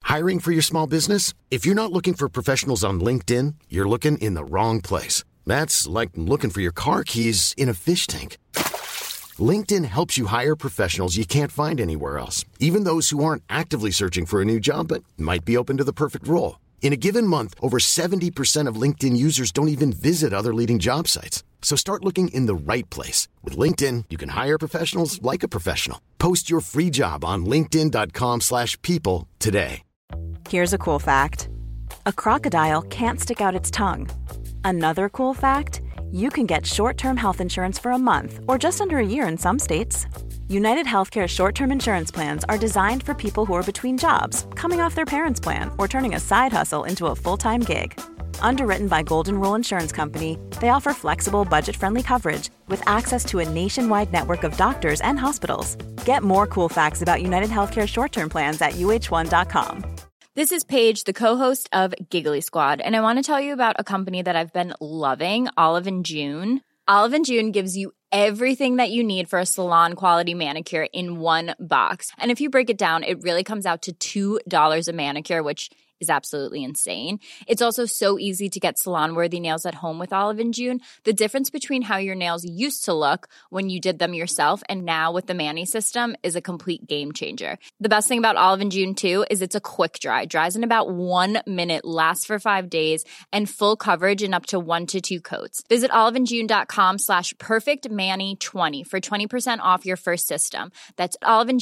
Hiring for your small business? If you're not looking for professionals on LinkedIn, you're looking in the wrong place. That's like looking for your car keys in a fish tank. LinkedIn helps you hire professionals you can't find anywhere else, even those who aren't actively searching for a new job but might be open to the perfect role. In a given month, over 70% of LinkedIn users don't even visit other leading job sites. So start looking in the right place. With LinkedIn, you can hire professionals like a professional. Post your free job on linkedin.com/people today. Here's a cool fact. A crocodile can't stick out its tongue. Another cool fact, you can get short-term health insurance for a month or just under a year in some states. United Healthcare short-term insurance plans are designed for people who are between jobs, coming off their parents' plan, or turning a side hustle into a full-time gig. Underwritten by Golden Rule Insurance Company, they offer flexible, budget-friendly coverage with access to a nationwide network of doctors and hospitals. Get more cool facts about United Healthcare short-term plans at uh1.com. This is Paige, the co-host of Giggly Squad, and I want to tell you about a company that I've been loving, Olive & June. Olive & June gives you everything that you need for a salon-quality manicure in one box. And if you break it down, it really comes out to $2 a manicure, which is absolutely insane. It's also so easy to get salon-worthy nails at home with Olive & June. The difference between how your nails used to look when you did them yourself and now with the Mani system is a complete game changer. The best thing about Olive & June, too, is it's a quick dry. Dries in about 1 minute, lasts for 5 days, and full coverage in up to 1 to 2 coats. Visit oliveandjune.com/perfectmani20 for 20% off your first system. That's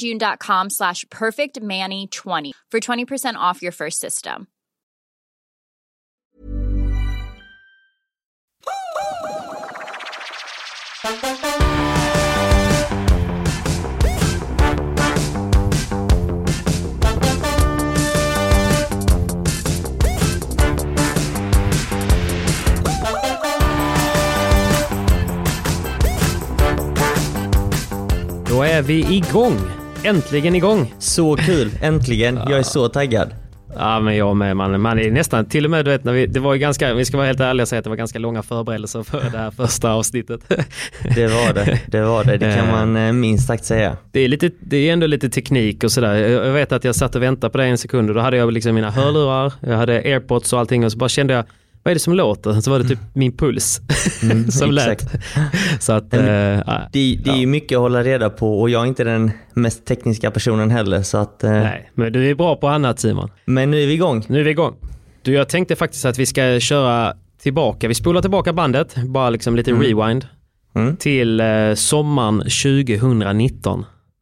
oliveandjune.com/perfectmani20 for 20% off your first system. Då är vi igång. Äntligen igång. Så kul, äntligen. Jag är så taggad. Ja, men jag med. Man är nästan, till och med du vet, det var ju ganska, vi ska vara helt ärliga och säga att det var ganska långa förberedelser för det här första avsnittet. Det var det. Det kan man minst sagt säga. Det är ändå lite teknik och sådär. Jag vet att jag satt och väntade på det en sekund och då hade jag liksom mina hörlurar, jag hade AirPods och allting och så bara kände jag, vad är det som låter? Så var det typ min puls som lät. Så att, det är ju mycket att hålla reda på och jag är inte den mest tekniska personen heller. Så att, nej, men du är bra på annat, Simon. Men nu är vi igång. Du, jag tänkte faktiskt att vi ska köra tillbaka. Vi spolar tillbaka bandet, bara liksom lite rewind till sommaren 2019.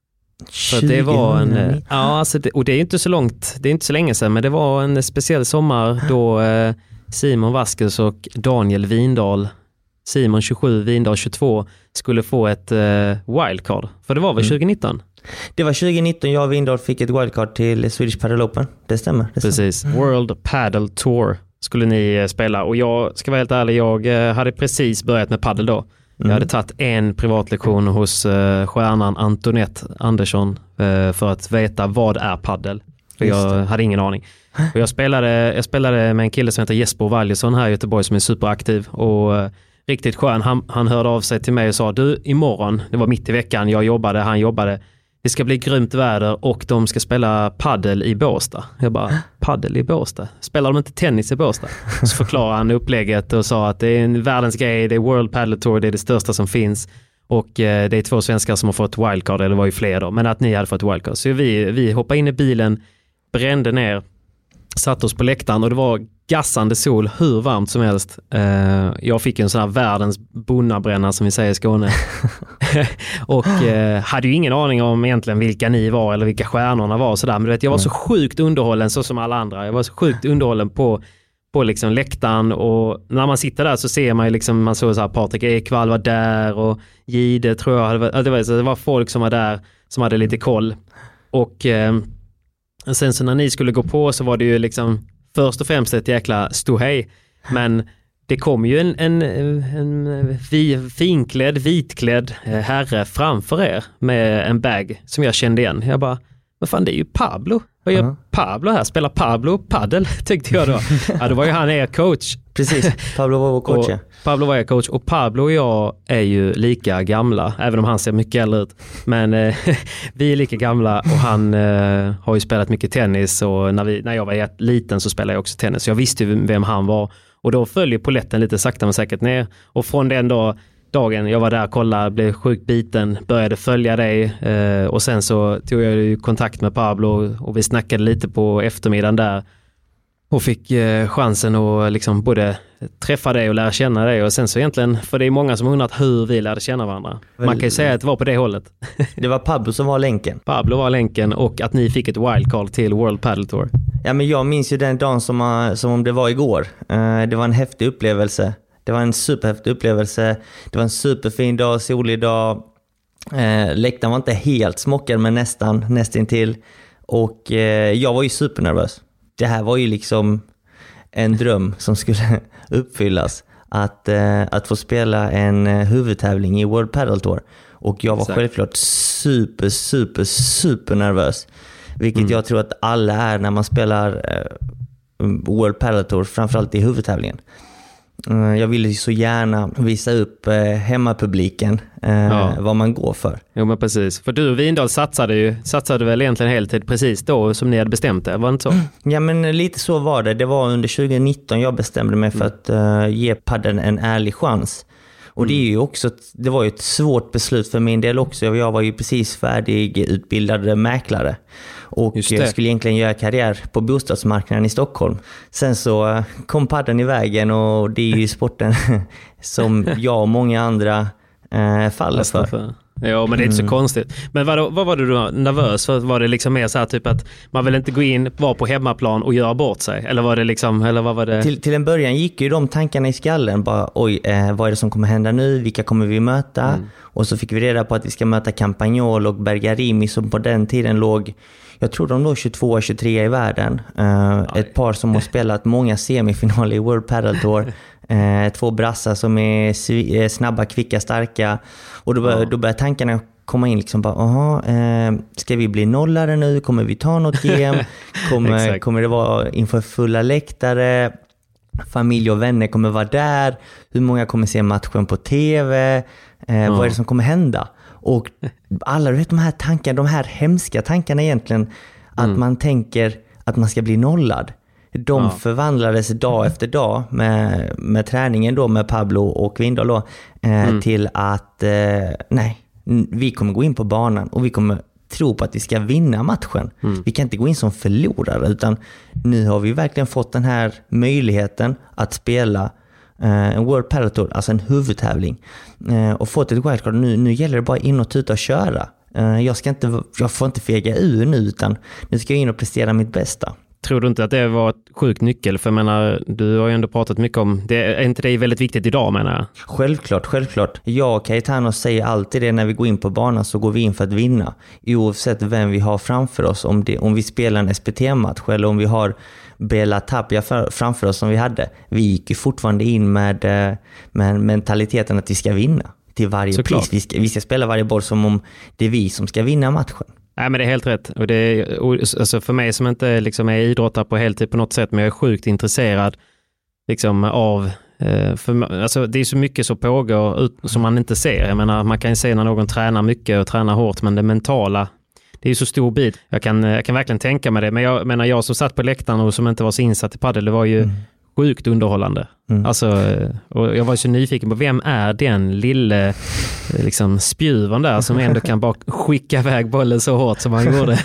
Så det var en, ja, alltså och det är inte så långt, det är inte så länge sedan, men det var en speciell sommar då Simon Vasquez och Daniel Windahl, Simon 27, Windahl 22, skulle få ett wildcard. För det var väl 2019? Det var 2019, jag och Windahl fick ett wildcard till Swedish Padel Open. Det stämmer. Precis, World Padel Tour skulle ni spela. Och jag ska vara helt ärlig, jag hade precis börjat med padel då. Jag hade tagit en privatlektion hos stjärnan Antoinette Andersson för att veta vad är padel. För jag hade ingen aning. Och jag spelade med en kille som heter Jesper Valjesson här i Göteborg som är superaktiv och riktigt skön. Han hörde av sig till mig och sa, du, imorgon, det var mitt i veckan, han jobbade, det ska bli grymt väder och de ska spela paddel i Båstad. Jag bara, paddel i Båstad? Spelar de inte tennis i Båstad? Så förklarade han upplägget och sa att det är en världens grej, det är World Padel Tour, det är det största som finns. Och det är 2 svenskar som har fått wildcard, eller var ju fler då, men att ni hade fått wildcard. Så vi hoppade in i bilen, brände ner, satt oss på läktaren och det var gassande sol, hur varmt som helst. Jag fick en sån här världens bonnabränna som vi säger i Skåne. Och hade ju ingen aning om egentligen vilka ni var eller vilka stjärnorna var och sådär. Men du vet, jag var så sjukt underhållen så som alla andra. Jag var så sjukt underhållen på liksom läktaren och när man sitter där så ser man ju liksom, man såg så här Patrik Ekwall var där och Gide tror jag, det var folk som var där som hade lite koll. Och sen så när ni skulle gå på så var det ju liksom först och främst ett jäkla ståhej. Men det kom ju en vitklädd herre framför er med en bag som jag kände igen. Jag bara, vad fan, det är ju Pablo. Vad gör Pablo här? Spelar Pablo paddel, tyckte jag då. Ja, då var ju han er coach. Precis, Pablo var vår coach. Pablo var er coach och Pablo och jag är ju lika gamla, även om han ser mycket äldre ut. Men vi är lika gamla och han har ju spelat mycket tennis och när jag var liten så spelade jag också tennis. Så jag visste ju vem han var och då följer poletten lite sakta men säkert ner. Och från den dagen jag var där, kollade, blev sjukt biten, började följa dig och sen så tog jag ju kontakt med Pablo och vi snackade lite på eftermiddagen där och fick chansen att liksom både träffa dig och lära känna dig och sen så egentligen, för det är många som undrat hur vi lärde känna varandra. Man kan ju säga att det var på det hållet. Det var Pablo som var länken. Pablo var länken och att ni fick ett wildcard till World Padel Tour. Ja, men jag minns ju den dagen som om det var igår. Det var en häftig upplevelse. Det var en superhäftig upplevelse. Det var en superfin dag, solig dag. Läktaren var inte helt smockad men nästintill. Och jag var ju supernervös. Det här var ju liksom en dröm som skulle uppfyllas. Att få spela en huvudtävling i World Padel Tour. Och jag var självklart super nervös. Vilket jag tror att alla är när man spelar World Padel Tour, framförallt i huvudtävlingen. Jag ville så gärna visa upp hemmapubliken vad man går för. Jo, men precis. För du och Windahl satsade väl egentligen heltid precis då som ni hade bestämt det, var det inte så? Ja, men lite så var det. Det var under 2019 jag bestämde mig för att ge padden en ärlig chans. Och det är ju också, det var ju ett svårt beslut för min del också. Jag var ju precis färdigutbildad mäklare. Och jag skulle egentligen göra karriär på bostadsmarknaden i Stockholm. Sen så kom padden i vägen och det är ju sporten som jag och många andra faller för. Ja, men det är inte så konstigt. Men vad var du då nervös för? Var det liksom mer så här typ att man vill inte gå in, vara på hemmaplan och göra bort sig? Eller var det liksom, eller vad var det? Till en början gick ju de tankarna i skallen. Bara, vad är det som kommer hända nu? Vilka kommer vi möta? Och så fick vi reda på att vi ska möta Campagnol och Bergarimi som på den tiden låg, jag tror de låg 22-23 i världen. Ett par som har spelat många semifinaler i World Padel Tour. 2 brassar som är snabba, kvicka, starka. Och då börjar tankarna komma in liksom bara, ska vi bli nollare nu? Kommer vi ta något game? Kommer det vara inför fulla läktare? Familj och vänner kommer vara där? Hur många kommer se matchen på tv? Vad är det som kommer hända? Och alla de här tankarna, de här hemska tankarna egentligen, att man tänker att man ska bli nollad. De förvandlades dag efter dag med träningen då med Pablo och Windahl då, till att nej, vi kommer gå in på banan och vi kommer tro på att vi ska vinna matchen. Vi kan inte gå in som förlorare, utan nu har vi verkligen fått den här möjligheten att spela en World Padel Tour, alltså en huvudtävling, och fått ett wildcard. Nu gäller det bara in och tuta och köra. Jag får inte fega ur nu, utan nu ska jag in och prestera mitt bästa. Tror du inte att det var ett sjukt nyckel? För jag menar, du har ju ändå pratat mycket om det. Är inte det väldigt viktigt idag, menar jag? Självklart. Jag och Cayetano säger alltid det, när vi går in på banan så går vi in för att vinna. Oavsett vem vi har framför oss. Om vi spelar en SPT-match eller om vi har Bela Tapia framför oss som vi hade. Vi gick ju fortfarande in med mentaliteten att vi ska vinna till varje pris. Vi ska spela varje boll som om det är vi som ska vinna matchen. Nej, men det är helt rätt. Och alltså för mig som inte liksom är idrottare på heltid på något sätt, men jag är sjukt intresserad liksom av alltså det är så mycket som pågår som man inte ser. Jag menar, man kan ju se när någon tränar mycket och tränar hårt, men det mentala, det är ju så stor bit. Jag kan verkligen tänka mig det. Men jag menar, jag som satt på läktaren och som inte var så insatt i padel, det var ju sjukt underhållande. Alltså, och jag var så nyfiken på vem är den lille liksom spjuven där som ändå kan bara skicka iväg bollen så hårt som han gjorde.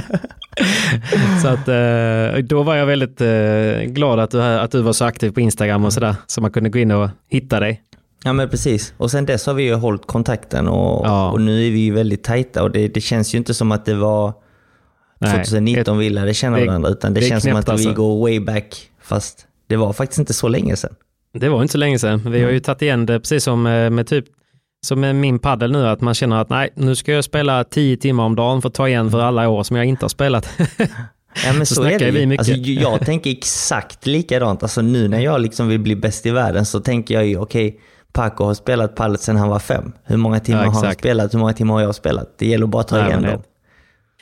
Så att då var jag väldigt glad att du var så aktiv på Instagram och sådär, så man kunde gå in och hitta dig. Ja, men precis. Och sen dess har vi ju hållit kontakten och nu är vi ju väldigt tajta, och det känns ju inte som att det var 2019 vi lärde känna varandra, utan det känns som att vi går way back, fast det var faktiskt inte så länge sedan. Det var inte så länge sedan. Vi har ju tagit igen det precis som med min paddel nu, att man känner att nej, nu ska jag spela 10 timmar om dagen för att ta igen för alla år som jag inte har spelat. Ja, men så är det ju. Alltså, jag tänker exakt likadant. Alltså, nu när jag liksom vill bli bäst i världen så tänker jag ju, okej, Paco har spelat padel sedan han var 5. Hur många timmar har han spelat? Hur många timmar har jag spelat? Det gäller bara att ta igen dem.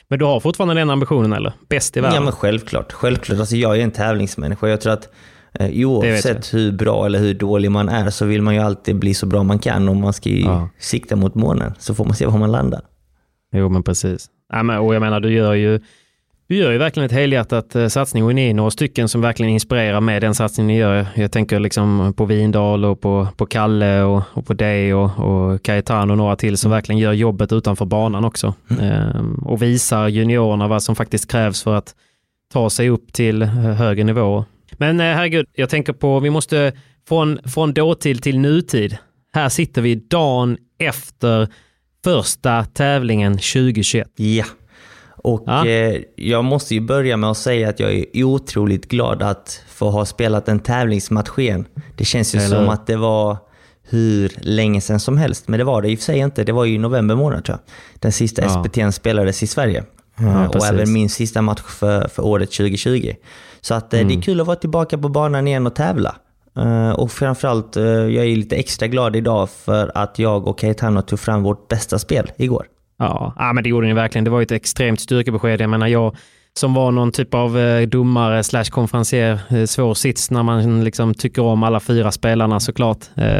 Men du har fortfarande den ambitionen, eller? Bäst i världen? Ja, men självklart. Alltså, jag är en tävlingsmänniska. Jag tror att oavsett hur bra eller hur dålig man är så vill man ju alltid bli så bra man kan, och man ska ju sikta mot månen, så får man se var man landar. Jo, men precis. Och jag menar, du gör ju verkligen ett helhjärtat satsning, och ni är några stycken som verkligen inspirerar med den satsning ni gör. Jag tänker liksom på Vindal och på Kalle och på dig och Cayetano och några till som verkligen gör jobbet utanför banan också. Och visar juniorerna vad som faktiskt krävs för att ta sig upp till högre nivåer. Men herregud, jag tänker på, vi måste från dåtid till nutid. Här sitter vi dagen efter första tävlingen 2021. Ja. Och jag måste ju börja med att säga att jag är otroligt glad att få ha spelat en tävlingsmatch igen. Det känns ju som att det var hur länge sedan som helst. Men det var det i och för sig inte. Det var ju i november månad, tror jag. Den sista SPT:n spelades i Sverige. Och även min sista match för året 2020. Så att det är kul att vara tillbaka på banan igen och tävla. Och framförallt, jag är lite extra glad idag för att jag och Cayetano tog fram vårt bästa spel igår. Ja, men det gjorde ni verkligen. Det var ju ett extremt styrkebesked. Jag menar, jag som var någon typ av domare / konferencier, svår sits när man liksom tycker om alla 4 spelarna såklart.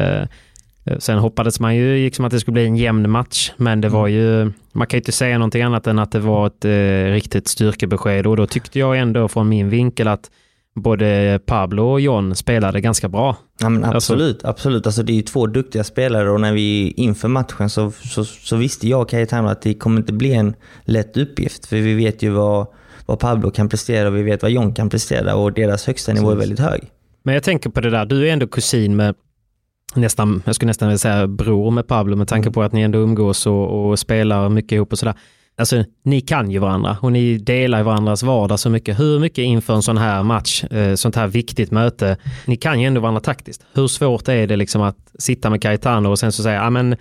Sen hoppades man ju liksom att det skulle bli en jämn match, men det var ju, man kan ju inte säga någonting annat än att det var ett riktigt styrkebesked, och då tyckte jag ändå från min vinkel att både Pablo och John spelade ganska bra. Ja, men absolut. Alltså det är ju 2 duktiga spelare, och när vi inför matchen så visste jag och Cayetano att det kommer inte bli en lätt uppgift, för vi vet ju vad Pablo kan prestera och vi vet vad John kan prestera, och deras högsta nivå är väldigt hög. Men jag tänker på det där, du är ändå kusin med jag skulle nästan vilja säga bror med Pablo, med tanke på att ni ändå umgås och spelar mycket ihop och sådär. Alltså, ni kan ju varandra och ni delar i varandras vardag så mycket. Hur mycket inför en sån här match, sånt här viktigt möte, ni kan ju ändå varandra taktiskt. Hur svårt är det liksom att sitta med Cayetano och sen så säga,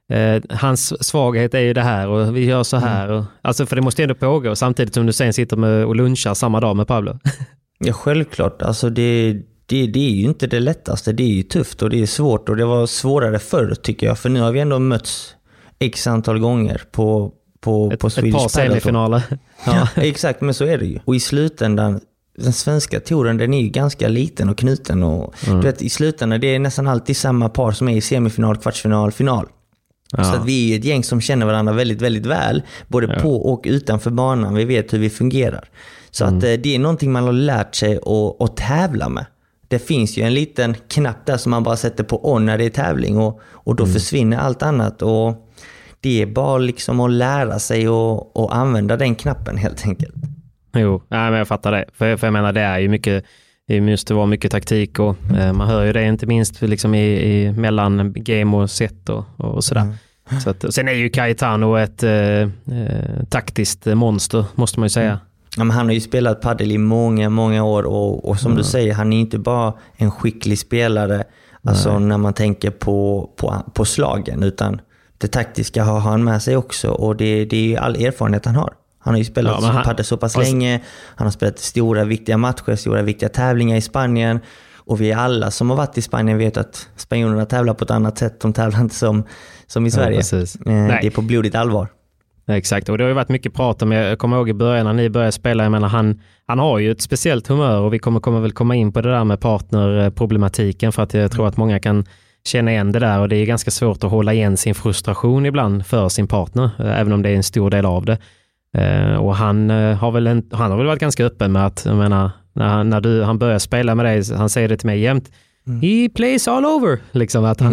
hans svaghet är ju det här och vi gör så här. Och, alltså, för det måste ändå pågå samtidigt som du sen sitter med och lunchar samma dag med Pablo. Ja, självklart. Alltså det är ju inte det lättaste. Det är ju tufft och det är svårt, och det var svårare förr, tycker jag. För nu har vi ändå mötts x antal gånger på ett par semifinaler. Ja, exakt, men så är det ju. Och i slutändan, den svenska touren, den är ju ganska liten och knuten. Och du vet, i slutändan, det är nästan alltid samma par som är i semifinal, kvartsfinal, final. Ja. Så att vi är ett gäng som känner varandra väldigt, väldigt väl. Både på och utanför banan. Vi vet hur vi fungerar. Så att det är någonting man har lärt sig att tävla med. Det finns ju en liten knapp där som man bara sätter på on när det är tävling. Och då försvinner allt annat. Och det är bara liksom att lära sig och använda den knappen helt enkelt. Jo, men jag fattar det. För jag menar, det är ju mycket, det måste vara mycket taktik, och man hör ju det inte minst liksom i mellan game och set och sådär. Så att, sen är ju Cayetano ett taktiskt monster, måste man ju säga. Ja, men han har ju spelat paddel i många, många år, och som du säger, han är inte bara en skicklig spelare, alltså när man tänker på slagen, utan det taktiska har han med sig också, och det är all erfarenhet han har. Han har ju spelat paddel så pass länge, han har spelat stora viktiga matcher, stora viktiga tävlingar i Spanien, och vi alla som har varit i Spanien vet att spanjorerna tävlar på ett annat sätt, de tävlar inte som i Sverige. Det är på blodigt allvar. Exakt, och det har ju varit mycket prat om, jag kommer ihåg i början när ni började spela, jag menar, han har ju ett speciellt humör, och vi kommer väl komma in på det där med partnerproblematiken, för att jag tror att många kan känna igen det där, och det är ganska svårt att hålla igen sin frustration ibland för sin partner, även om det är en stor del av det. Och han har väl varit ganska öppen med att, jag menar, när han börjar spela med dig, han säger det till mig jämt, he plays all over, liksom, att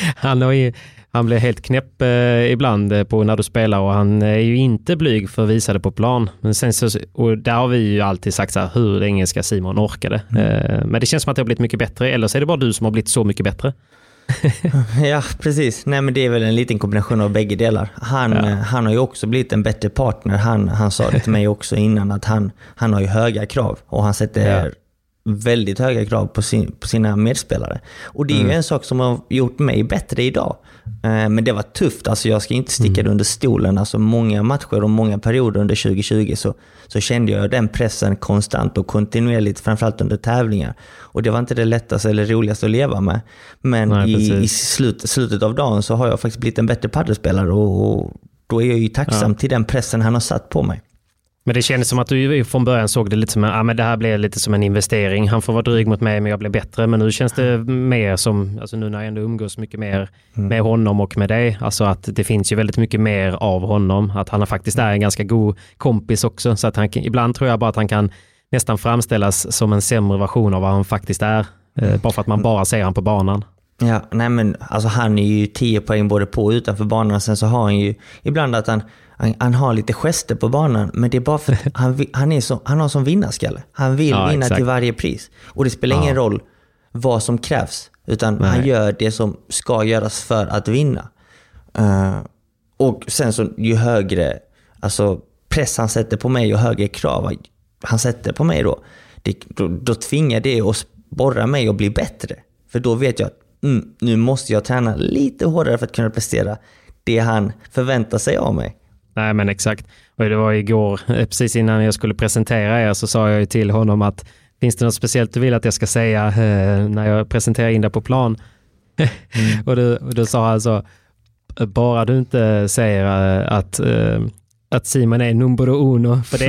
han blir helt knäpp ibland på när du spelar, och han är ju inte blyg för att visa det på plan. Men sen och där har vi ju alltid sagt så här, hur länge ska Simon orka det? Men det känns som att det har blivit mycket bättre, eller så är det bara du som har blivit så mycket bättre. Ja, precis. Nej, men det är väl en liten kombination av bägge delar. Han har ju också blivit en bättre partner. Han sa det till mig också innan, att han har ju höga krav, och han sätter väldigt höga krav på sina medspelare. Och det är ju en sak som har gjort mig bättre idag. Men det var tufft. Alltså, jag ska inte sticka det under stolen. Alltså, många matcher och många perioder under 2020 så kände jag den pressen konstant och kontinuerligt, framförallt under tävlingar. Och det var inte det lättaste eller roligaste att leva med. Men i slutet av dagen så har jag faktiskt blivit en bättre paddelspelare, och då är jag ju tacksam till den pressen han har satt på mig. Men det kändes som att du från början såg det lite som men det här blev lite som en investering. Han får vara dryg mot mig men jag blir bättre. Men nu känns det mer som, alltså nu när jag ändå umgås mycket mer med honom och med dig. Alltså att det finns ju väldigt mycket mer av honom. Att han faktiskt är en ganska god kompis också. Så att ibland tror jag bara att han kan nästan framställas som en sämre version av vad han faktiskt är. Bara för att man bara ser han på banan. Ja, nej men alltså han är ju 10 poäng både på och utanför banan. Sen så har han ju ibland att han har lite gester på banan, men det är bara för att han har som vinnarskalle. Han vill vinna exakt. Till varje pris. Och det spelar ingen roll vad som krävs, utan han gör det som ska göras för att vinna. Och sen så ju högre alltså press han sätter på mig och högre krav han sätter på mig då tvingar det att sporra mig och bli bättre. För då vet jag att nu måste jag träna lite hårdare för att kunna prestera det han förväntar sig av mig. Nej men exakt. Och det var igår, precis innan jag skulle presentera er så sa jag ju till honom att finns det något speciellt du vill att jag ska säga när jag presenterar in det på plan? Och då sa han så, bara du inte säger att Simon är numero uno, för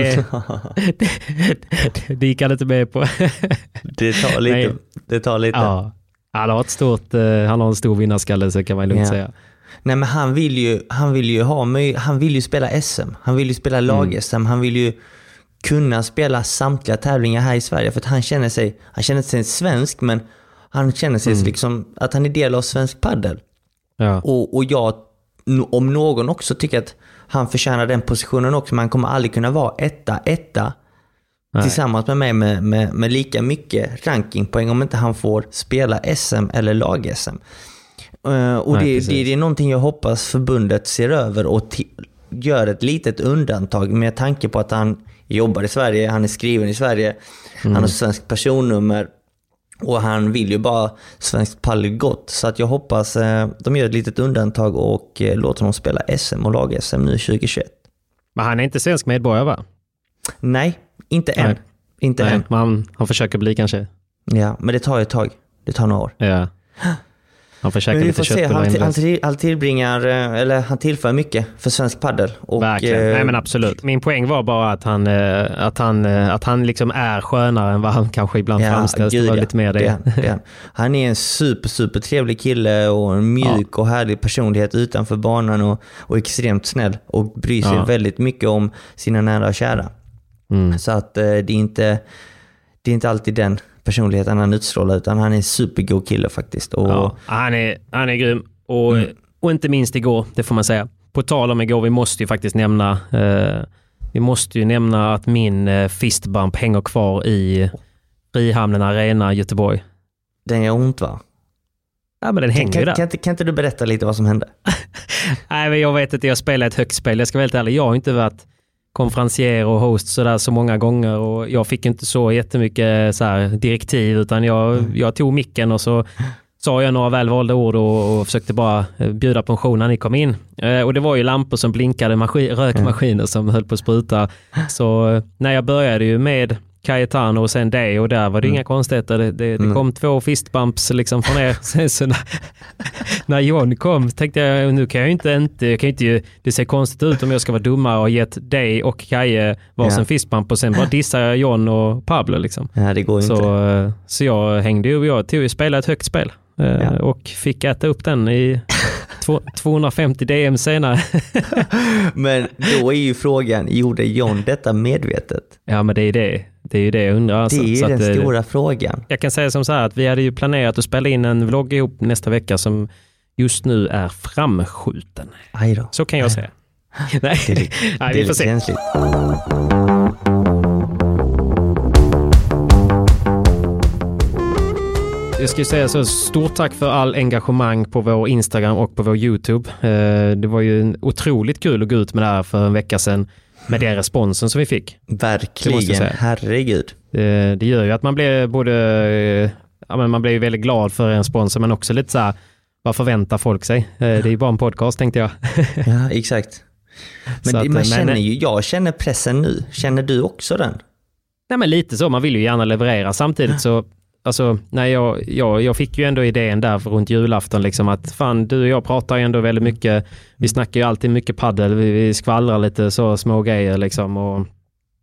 det gick han inte med på. Det tar lite. Ja, han har en stor vinnarskalle, så kan man lugnt säga. Nej, men han vill ju spela SM. Han vill ju spela lag-SM. Han vill ju kunna spela samtliga tävlingar här i Sverige, för att han känner sig svensk, men han känner sig liksom att han är del av svensk paddel. Ja. Och jag, om någon också, tycker att han förtjänar den positionen också, men han kommer aldrig kunna vara etta tillsammans med mig med lika mycket rankingpoäng om inte han får spela SM eller lag-SM. Och det är någonting jag hoppas förbundet ser över och gör ett litet undantag med tanke på att han jobbar i Sverige, han är skriven i Sverige, han har svensk personnummer och han vill ju bara svensk paddel gott. Så att jag hoppas de gör ett litet undantag och låter honom spela SM och lag-SM nu 2021. Men han är inte svensk medborgare, va? Nej, inte än. Inte än. Men han försöker bli kanske. Ja, men det tar ett tag. Det tar några år. Ja. Han försöker lite kött. Han tillför mycket för svensk paddel. Verkligen. Nej men absolut. Min poäng var bara att han liksom är skönare än vad han kanske ibland framställs. Det var lite mer det. Han är en super trevlig kille och en mjuk och härlig personlighet utanför banan och extremt snäll och bryr sig väldigt mycket om sina nära och kära. Så att det är inte alltid den personligheten han utstrålar, utan han är en supergod kille faktiskt. Och han är grym. Och inte minst igår, det får man säga. På tal om igår, vi måste ju nämna att min fistbump hänger kvar i Frihamnen Arena i Göteborg. Den gör ont, va? Ja, men den hänger där. Kan inte du berätta lite vad som hände? Nej, men jag vet inte, jag spelar ett högspel. Jag ska vara helt ärlig, jag har inte varit konferencier och host så många gånger, och jag fick inte så jättemycket så här direktiv, utan jag tog micken och så sa jag några välvalda ord och försökte bara bjuda på en show när ni kom in. Och det var ju lampor som blinkade, rökmaskiner som höll på att spruta. Så när jag började ju med Cayetano och sen dig, och där var det inga konstigheter. Det kom 2 fistbumps liksom från er. Sen så när John kom tänkte jag, nu kan jag inte det ser konstigt ut om jag ska vara dummare och gett dig och Kaje varsin fistbump och sen bara dissar jag John och Pablo liksom. Ja, det går inte. Så jag hängde ju, jag tog ju spela ett högt spel och fick äta upp den i 250 DM senare. Men då är ju frågan, gjorde John detta medvetet? Ja, men det är ju det jag undrar. Alltså. Det är ju den stora frågan. Jag kan säga som så här att vi hade ju planerat att spela in en vlogg ihop nästa vecka som just nu är framskjuten. Aj då. Så kan jag säga. Nej, vi får se. Känsligt. Jag ska säga så, stort tack för all engagemang på vår Instagram och på vår YouTube. Det var ju otroligt kul att gå ut med det här för en vecka sedan med den responsen som vi fick. Verkligen, herregud. Det gör ju att man blir man blir ju väldigt glad för en sponsor, men också lite så här, vad förväntar folk sig? Det är ju bara en podcast, tänkte jag. Ja, exakt. Jag känner pressen nu. Känner du också den? Nej, men lite så. Man vill ju gärna leverera. Samtidigt så, alltså, nej, jag fick ju ändå idén där för runt julafton liksom, att fan, du och jag pratar ju ändå väldigt mycket. Vi snackar ju alltid mycket paddel. Vi skvallrar lite så små grejer liksom, och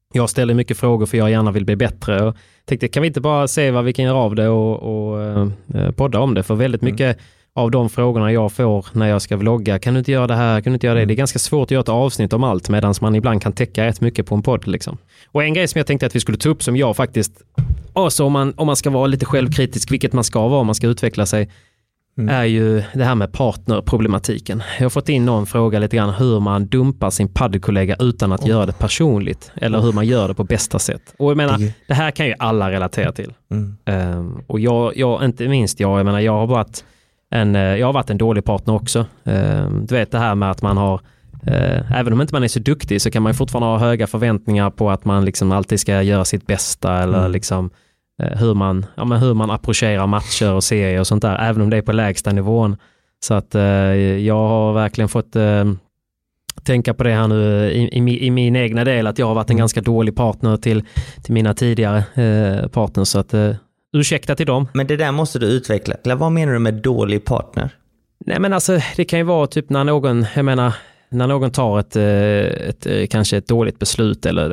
jag ställer mycket frågor för jag gärna vill bli bättre. Och tänkte, kan vi inte bara se vad vi kan göra av det och podda om det? För väldigt mycket av de frågorna jag får när jag ska vlogga, kan du inte göra det här, kan du inte göra det? Det är ganska svårt att göra ett avsnitt om allt, medan man ibland kan täcka rätt mycket på en podd. Liksom. Och en grej som jag tänkte att vi skulle ta upp, som jag faktiskt, så om man ska vara lite självkritisk, vilket man ska vara om man ska utveckla sig, är ju det här med partnerproblematiken. Jag har fått in någon fråga lite grann hur man dumpar sin paddelkollega utan att göra det personligt, eller hur man gör det på bästa sätt. Och jag menar, det här kan ju alla relatera till. Och jag inte minst jag menar, jag har varit en dålig partner också. Du vet det här med att man har, även om inte man är så duktig, så kan man fortfarande ha höga förväntningar på att man liksom alltid ska göra sitt bästa, eller liksom hur man approcherar matcher och serier och sånt där, även om det är på lägsta nivån. Så att jag har verkligen fått tänka på det här nu i min egna del, att jag har varit en ganska dålig partner till mina tidigare partners, så att ursäkta till dem. Men det där måste du utveckla. Eller vad menar du med dålig partner? Nej, men alltså det kan ju vara typ när någon tar kanske ett dåligt beslut, eller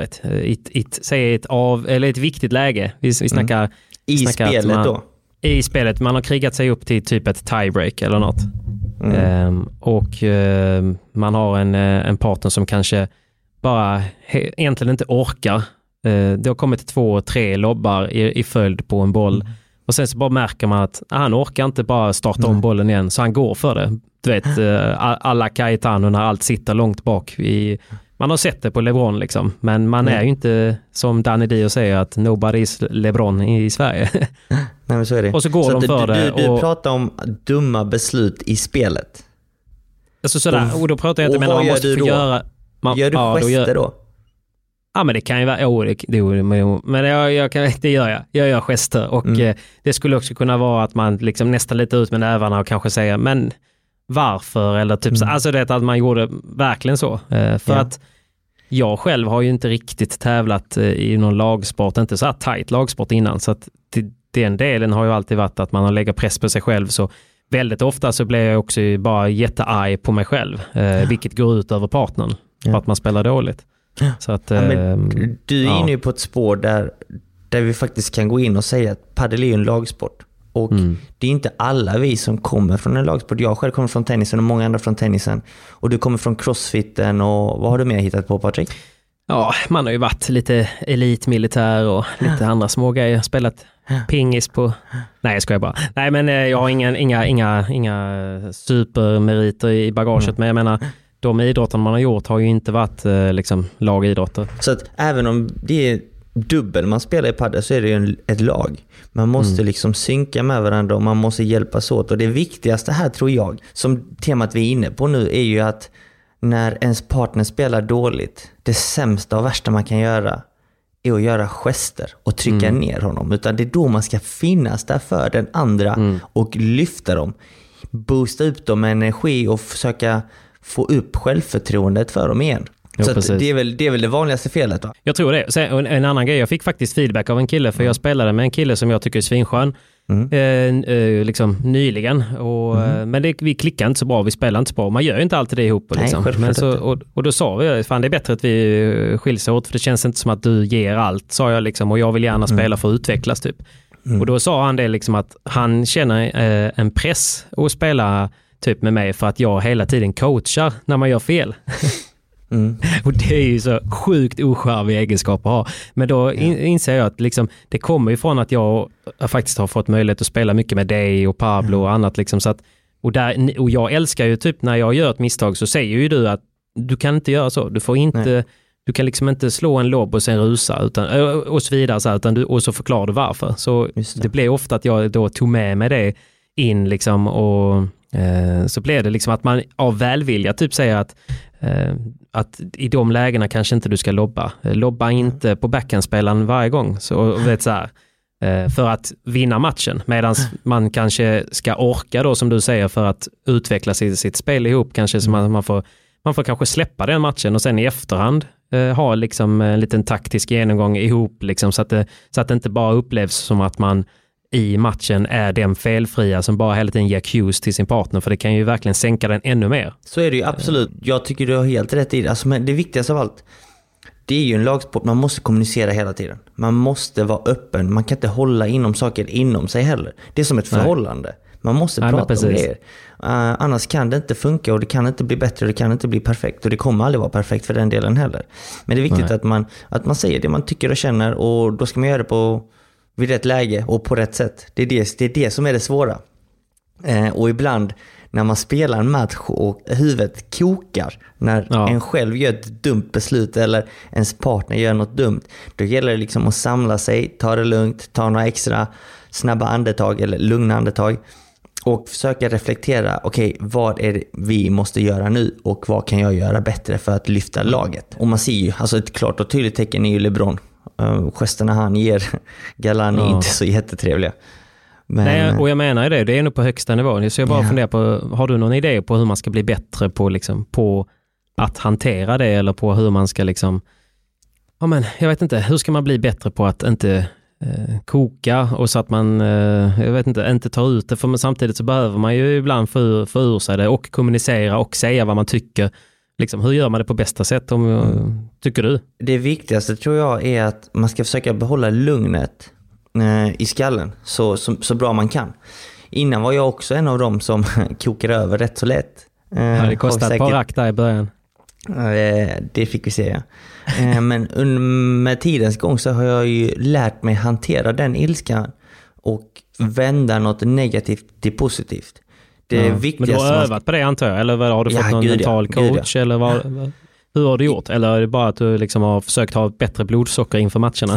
ett viktigt läge. Vi snackar i spelet då. I spelet, man har krigat sig upp till typ ett tiebreak eller något. Och man har en partner som kanske bara egentligen inte orkar. Det har kommit 2-3 lobbar i följd på en boll. Och sen så bara märker man att han orkar inte bara starta om bollen igen, så han går för det. Du vet, alla Cayetano när allt sitter långt bak. Man har sett det på LeBron liksom, men man är ju inte som Danny Dio säger att nobody's LeBron i Sverige. Nej, men så är det. Och så går de för det. Du pratar om dumma beslut i spelet. Alltså sådär, och då pratar jag inte, men man måste få göra... Gör du gester då? Ja, men det kan ju vara... men det gör jag. Jag gör gester. Och det skulle också kunna vara att man liksom nästan lite ut med nävarna och kanske säga, men varför? Eller typ så. Alltså det att man gjorde verkligen så. För att jag själv har ju inte riktigt tävlat i någon lagsport, inte så här tajt lagsport innan. Så att den delen har ju alltid varit att man har lägger press på sig själv. Så väldigt ofta så blir jag också bara jättearg på mig själv. Vilket går ut över partnern. För att man spelar dåligt. Så att, men du är inne på ett spår där vi faktiskt kan gå in och säga att paddel är en lagsport. Och det är inte alla vi som kommer från en lagsport. Jag själv kommer från tennisen och många andra från tennisen. Och du kommer från crossfiten, och vad har du mer hittat på, Patrik? Ja, man har ju varit lite elitmilitär och lite andra små grejer. Spelat pingis på... Nej, jag skojar bara. Nej, men jag har inga supermeriter i bagaget. Men jag menar, de idrotterna man har gjort har ju inte varit liksom lagidrotter. Så att även om det är dubbel man spelar i padel, så är det ju ett lag. Man måste liksom synka med varandra och man måste hjälpas åt. Och det viktigaste här, tror jag, som temat vi är inne på nu, är ju att när ens partner spelar dåligt, det sämsta och värsta man kan göra är att göra gester och trycka ner honom. Utan det är då man ska finnas där för den andra och lyfta dem. Boosta upp dem med energi och försöka få upp självförtroendet för dem igen. Ja, så det är väl det vanligaste felet då? Jag tror det. Sen, en annan grej, jag fick faktiskt feedback av en kille, för jag spelade med en kille som jag tycker är svinskön liksom nyligen, men vi klickar inte så bra, vi spelar inte så bra, man gör ju inte alltid det ihop. Liksom. Men och då sa vi, fan det är bättre att vi skiljs åt, för det känns inte som att du ger allt, sa jag liksom, och jag vill gärna spela för att utvecklas typ. Och då sa han det liksom, att han känner en press att spela typ med mig för att jag hela tiden coachar när man gör fel. Och det är ju så sjukt ocharvig egenskap att ha. Men då inser jag att liksom, det kommer ifrån att jag faktiskt har fått möjlighet att spela mycket med dig och Pablo och annat liksom, så att, och jag älskar ju typ när jag gör ett misstag, så säger ju du att du kan inte göra så, du får inte, du kan liksom inte slå en lobb och sen rusa utan, och så vidare så här, utan och så förklarar du varför. Så det blev ofta att jag då tog med mig det in liksom, och så blev det liksom att man av välvilja typ säger att i de lägena kanske inte du ska lobba inte på backhandspelaren varje gång, så vet så här, för att vinna matchen, medan man kanske ska orka då, som du säger, för att utveckla sitt spel ihop kanske, så man får kanske släppa den matchen och sen i efterhand ha liksom en liten taktisk genomgång ihop liksom, så att det inte bara upplevs som att man i matchen är den felfria som bara hela tiden ger cues till sin partner, för det kan ju verkligen sänka den ännu mer. Så är det ju absolut. Jag tycker du har helt rätt i det. Alltså, men det viktigaste av allt, det är ju en lagsport, man måste kommunicera hela tiden. Man måste vara öppen, man kan inte hålla inom saker inom sig heller. Det är som ett förhållande. Man måste prata om det. Annars kan det inte funka och det kan inte bli bättre och det kan inte bli perfekt och det kommer aldrig vara perfekt för den delen heller. Men det är viktigt att man säger det man tycker och känner och då ska man göra det vid rätt läge och på rätt sätt. Det är det som är det svåra. Och ibland när man spelar en match och huvudet kokar när en själv gör ett dumt beslut eller ens partner gör något dumt, då gäller det liksom att samla sig, ta det lugnt, ta några extra snabba andetag eller lugna andetag och försöka reflektera, okej, vad är det vi måste göra nu och vad kan jag göra bättre för att lyfta laget? Och man ser ju, alltså ett klart och tydligt tecken är ju LeBron. Gesterna han ger Galán är inte så jättetrevliga. Men... Nej, och jag menar det är nog på högsta nivå. Så jag bara funderar på, har du någon idé på hur man ska bli bättre på, liksom, på att hantera det eller på hur man ska liksom, jag vet inte, hur ska man bli bättre på att inte koka och så att man inte tar ut det, för samtidigt så behöver man ju ibland få ur sig det och kommunicera och säga vad man tycker. Liksom, hur gör man det på bästa sätt tycker du? Det viktigaste tror jag är att man ska försöka behålla lugnet i skallen så bra man kan. Innan var jag också en av dem som kokar över rätt så lätt. Det kostade ett par rack där i början. Det fick vi se. Men med tidens gång så har jag ju lärt mig hantera den ilskan och vända något negativt till positivt. Det är viktigast. Men du har övat på det antar jag? Eller har du fått någon mental coach? Eller hur har du gjort? Eller är det bara att du liksom har försökt ha bättre blodsocker inför matcherna?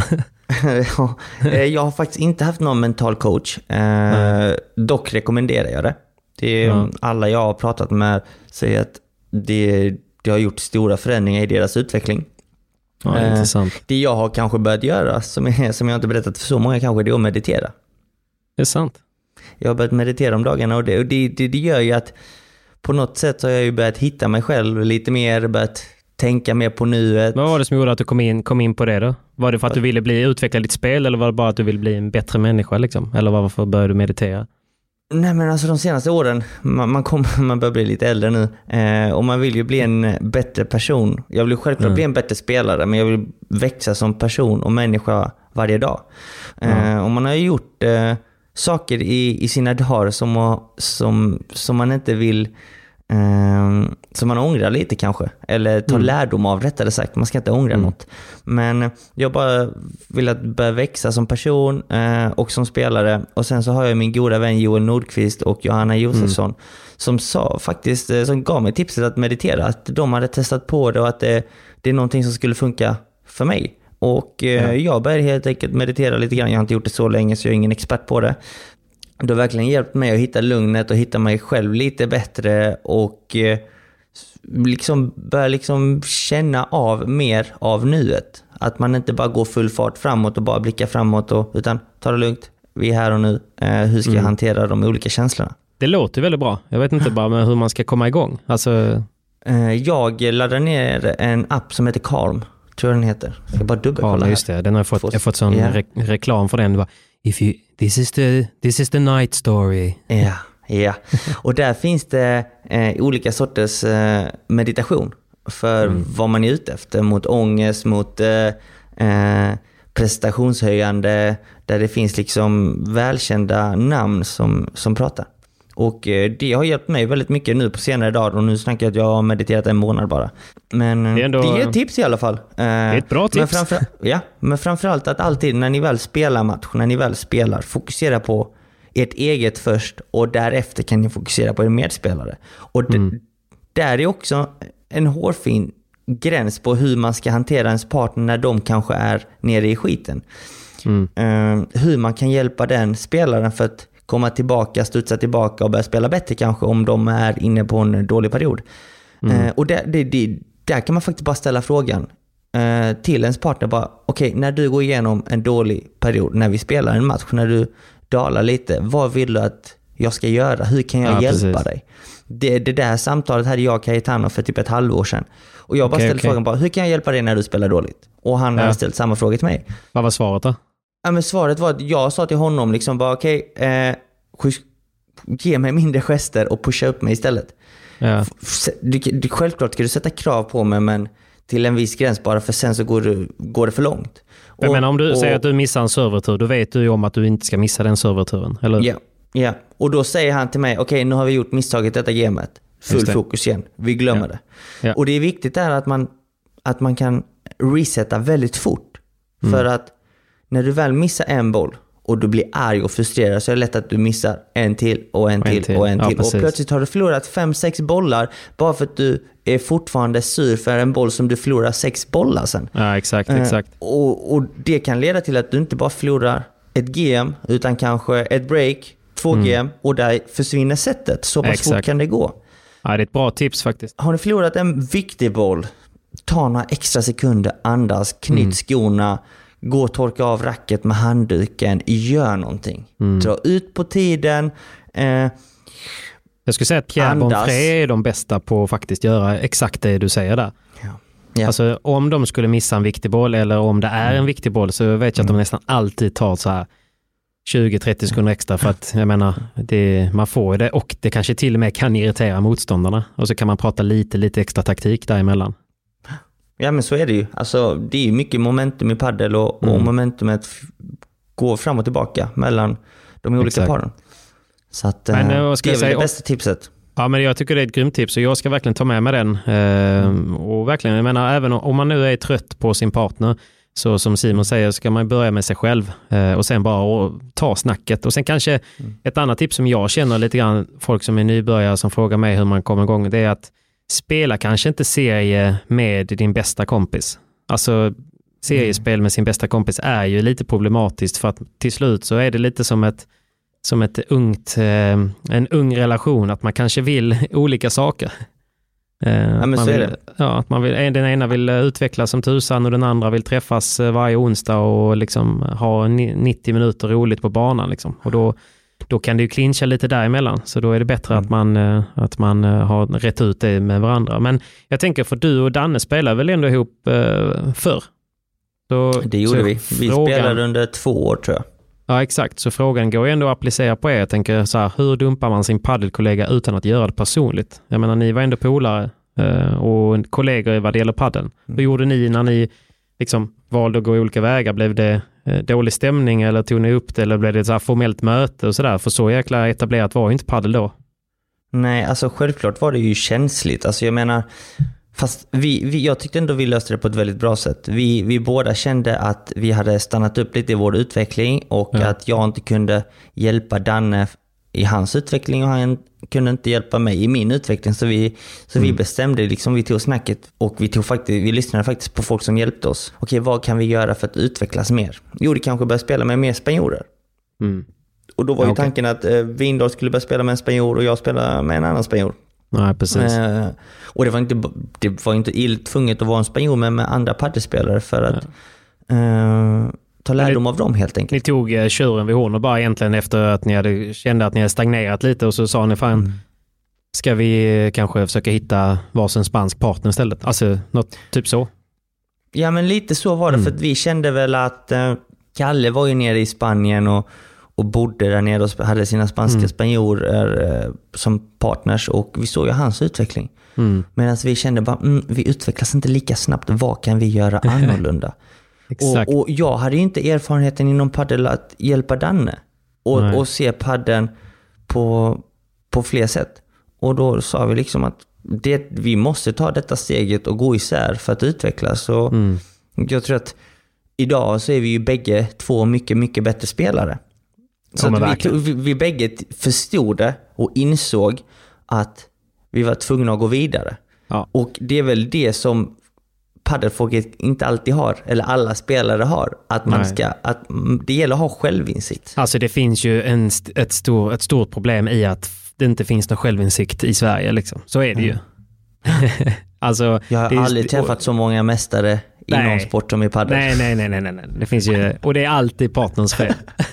Jag har faktiskt inte haft någon mental coach. Dock rekommenderar jag det. Alla jag har pratat med säger att det har gjort stora förändringar i deras utveckling. Intressant. Det jag har kanske börjat göra som jag inte berättat för så många kanske, det är att meditera. Det är sant. Jag har börjat meditera om dagarna och det gör ju att på något sätt så har jag ju börjat hitta mig själv lite mer, börjat tänka mer på nuet. Vad var det som gjorde att du kom in på det då? Var det för att du ville utveckla ditt spel eller var det bara att du ville bli en bättre människa liksom? Eller varför började du meditera? Nej, men alltså de senaste åren man börjar bli lite äldre nu och man vill ju bli en bättre person. Jag vill självklart bli en bättre spelare, men jag vill växa som person och människa varje dag. Och man har ju gjort saker i sina dagar som man inte vill, som man ångrar lite kanske, eller tar lärdom av, rättare sagt. Man ska inte ångra något, men jag bara vill att börja växa som person och som spelare. Och sen så har jag min goda vän Joel Nordqvist och Johanna Josefsson som som gav mig tipset att meditera, att de hade testat på det och att det är någonting som skulle funka för mig. Och jag började helt enkelt meditera lite grann. Jag har inte gjort det så länge så jag är ingen expert på det. Det har verkligen hjälpt mig att hitta lugnet och hitta mig själv lite bättre och börja känna av mer av nuet. Att man inte bara går full fart framåt och bara blickar framåt utan ta det lugnt. Vi är här och nu. Hur ska jag hantera de olika känslorna? Det låter väldigt bra. Jag vet inte bara med hur man ska komma igång. Alltså... Jag laddar ner en app som heter Calm. Tror jag den heter. Jag ska bara dubbelkolla. Ja, just det. Den har jag har fått sån reklam för den. Det var, this is the night story. Ja. Och där finns det olika sorters meditation för vad man är ute efter. Mot ångest, mot prestationshöjande. Där det finns liksom välkända namn som pratar. Och det har hjälpt mig väldigt mycket nu på senare dagar. Och nu snackar jag att jag har mediterat en månad bara. Men det är ett tips i alla fall. Det är ett bra tips. Men framförallt att alltid när ni väl spelar match, när ni väl spelar, fokusera på ert eget först. Och därefter kan ni fokusera på er medspelare. Och där är också en hårfin gräns på hur man ska hantera ens partner när de kanske är nere i skiten. Hur man kan hjälpa den spelaren för att komma tillbaka, studsa tillbaka och börja spela bättre kanske om de är inne på en dålig period. Och där kan man faktiskt bara ställa frågan till ens partner bara, okej, när du går igenom en dålig period, när vi spelar en match, när du dalar lite, vad vill du att jag ska göra? Hur kan jag hjälpa dig? Det där samtalet hade jag och Cayetano för typ ett halvår sedan. Och jag bara ställde frågan bara, hur kan jag hjälpa dig när du spelar dåligt? Och han hade ställt samma fråga till mig. Vad var svaret då? Ja, men svaret var att jag sa till honom liksom bara ge mig mindre gester och pusha upp mig istället. Ja. Självklart ska du sätta krav på mig, men till en viss gräns bara, för sen så går det för långt. Men om du säger att du missar en servertur, då vet du ju om att du inte ska missa den serverturen, eller? Ja. Och då säger han till mig, okej, nu har vi gjort misstaget detta gamet. Full fokus igen. Vi glömmer det. Ja. Och det är viktigt där att man kan resetta väldigt fort. För att när du väl missar en boll och du blir arg och frustrerad, så är det lätt att du missar en till och en till. Och plötsligt har du förlorat 5-6 bollar bara för att du är fortfarande sur för en boll som du förlorar 6 bollar sen. Ja, exakt. Och det kan leda till att du inte bara förlorar ett game utan kanske ett break, 2 game, och där försvinner sättet. Så pass fort kan det gå. Ja, det är ett bra tips faktiskt. Har ni förlorat en viktig boll, ta några extra sekunder, andas, knyt skorna, gå och torka av racket med handduken, gör någonting. Dra ut på tiden. Jag skulle säga att Pierre Bonfré är de bästa på att faktiskt göra exakt det du säger där. Ja. Alltså om de skulle missa en viktig boll, eller om det är en viktig boll, så vet jag att de nästan alltid tar så här 20-30 sekunder extra, för att jag menar, man får det, och det kanske till och med kan irritera motståndarna, och så kan man prata lite extra taktik däremellan. Ja, men så är det ju. Alltså, det är ju mycket momentum i paddel, och momentumet går fram och tillbaka mellan de olika paren. Så att, men, det är väl det bästa tipset. Ja, men jag tycker det är ett grymt tips, och jag ska verkligen ta med mig den. Och verkligen, jag menar, även om man nu är trött på sin partner, så som Simon säger, ska man börja med sig själv och sen bara ta snacket. Och sen kanske ett annat tips som jag känner lite grann, folk som är nybörjare som frågar mig hur man kommer igång, det är att spela kanske inte serie med din bästa kompis. Alltså seriespel med sin bästa kompis är ju lite problematiskt, för att till slut så är det lite som en ung relation, att man kanske vill olika saker. Ja, men så är det. Ja, att den ena vill utvecklas som tusan och den andra vill träffas varje onsdag och liksom ha 90 minuter roligt på banan liksom. Och då kan det ju clincha lite däremellan, så då är det bättre att man har rätt ut det med varandra. Men jag tänker, för du och Danne spelar väl ändå ihop förr? Det gjorde vi. Vi spelade under 2 år, tror jag. Ja, exakt. Så frågan går ju ändå att applicera på er. Jag tänker så här, hur dumpar man sin paddelkollega utan att göra det personligt? Jag menar, ni var ändå polare och kollegor vad det gäller paddeln. Hur gjorde ni när ni liksom valde att gå olika vägar? Blev det dålig stämning, eller tog ni upp det, eller blev det ett så här formellt möte och sådär? För så jäkla etablerat var ju inte paddel då. Nej, alltså självklart var det ju känsligt. Alltså jag menar, fast jag tyckte ändå vi löste det på ett väldigt bra sätt. Vi båda kände att vi hade stannat upp lite i vår utveckling, och att jag inte kunde hjälpa Danne i hans utveckling, och han kunde inte hjälpa mig i min utveckling. Så vi bestämde liksom, vi tog snacket, och vi lyssnade faktiskt på folk som hjälpte oss. Okej, vad kan vi göra för att utvecklas mer? Jo, det kanske börja spela med mer spanjorer. Och då var ju tanken att Windahl skulle börja spela med en spanjor och jag spela med en annan spanjor. Nej, precis. Och det var inte tvunget att vara en spanjor, men med andra paddelspelare, för att ta lärdom av dem helt enkelt. Ni tog tjuren vid horn, och bara egentligen efter att ni kände att ni hade stagnerat lite, och så sa ni, fan, ska vi kanske försöka hitta varsin spansk partner istället? Alltså något typ så. Ja, men lite så var det, för att vi kände väl att Kalle var ju nere i Spanien och bodde där nere och hade sina spanska spanjorer som partners, och vi såg ju hans utveckling. Medan vi kände bara, vi utvecklas inte lika snabbt, vad kan vi göra annorlunda? och jag hade ju inte erfarenheten inom paddel att hjälpa Danne och se paddeln på fler sätt. Och då sa vi liksom att vi måste ta detta steget och gå isär för att utvecklas. Och jag tror att idag så är vi ju bägge 2 mycket, mycket bättre spelare. Så att vi bägge förstod det och insåg att vi var tvungna att gå vidare. Ja. Och det är väl det som paddelfolket inte alltid har, eller alla spelare har, att att det gäller att ha självinsikt. Alltså det finns ju ett stort problem i att det inte finns någon självinsikt i Sverige liksom. Så är det ju. Alltså, jag har aldrig träffat så många mästare i någon sport som i paddel. Nej. Det finns ju, och det är alltid partners fel.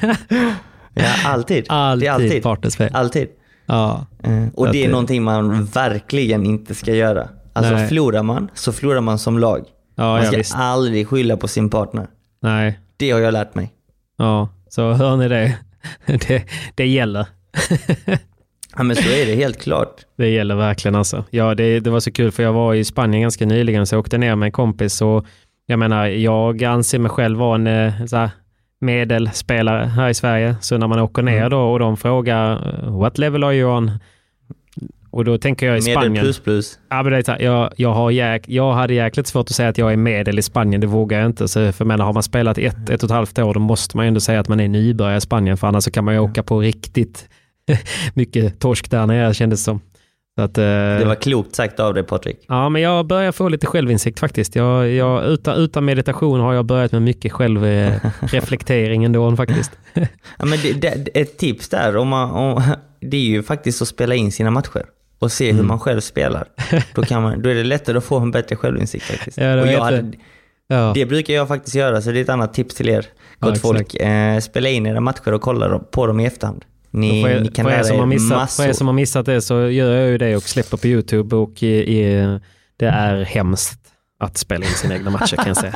Ja, alltid. Det är alltid partners fel. Alltid. Ja. Och det är någonting man verkligen inte ska göra. Alltså förlorar man som lag. Ja, man ska aldrig skylla på sin partner. Nej. Det har jag lärt mig. Ja, så hör ni det? Det gäller. Ja, men så är det helt klart. Det gäller verkligen alltså. Ja, det var så kul för jag var i Spanien ganska nyligen så jag åkte ner med en kompis och jag menar, jag anser mig själv vara en så här, medelspelare här i Sverige. Så när man åker ner då och de frågar what level are you on? Och då tänker jag i Spanien. Medel plus. Ja, men det är jag hade jäkligt svårt att säga att jag är medel i Spanien. Det vågar jag inte. Så för har man spelat ett och ett halvt år då måste man ju ändå säga att man är nybörjare i Spanien. För annars så kan man ju åka på riktigt mycket torsk där nere kändes som. Så att, det var klokt sagt av dig, Patrik. Ja, men jag börjar få lite självinsikt faktiskt. Utan meditation har jag börjat med mycket självreflektering ändå faktiskt. Ja, men ett tips där, det är ju faktiskt att spela in sina matcher och se hur man själv spelar. Då är det lättare att få en bättre självinsikt faktiskt. Ja, det brukar jag faktiskt göra, så det är ett annat tips till er. Gott folk, spela in era matcher och kolla på dem i efterhand. Ni kan lära er massor. För er som har missat det så gör jag ju det och släpper på YouTube och det är hemskt att spela in sina egna matcher kan jag säga.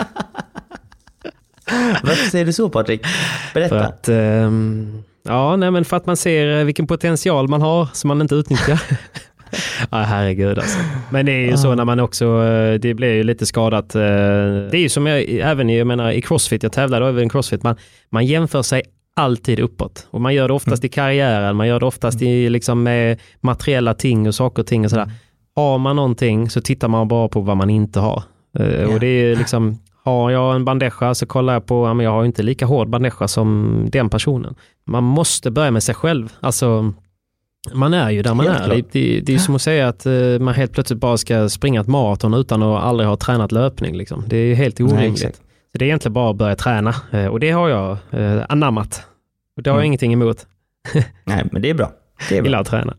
Varför säger du så, Patrik? Berätta. För att man ser vilken potential man har som man inte utnyttjar. Ja, herregud alltså. Men det är ju så när man också, det blir ju lite skadat. Det är ju som jag menar i CrossFit, jag tävlar över en CrossFit, man jämför sig alltid uppåt. Och man gör det oftast i karriären, man gör det oftast i liksom med materiella ting och saker och ting och sådär. Har man någonting så tittar man bara på vad man inte har. Och det är liksom, har jag en bandeja så kollar jag på, men jag har inte lika hård bandeja som den personen. Man måste börja med sig själv. Alltså, man är ju där man helt är. Det är som att säga att man helt plötsligt bara ska springa ett maraton utan att aldrig ha tränat löpning. Liksom. Det är helt orimligt. Nej, så det är egentligen bara att börja träna. Och det har jag anammat. Och det har jag ingenting emot. Nej, men det är bra. Jag gillar att träna.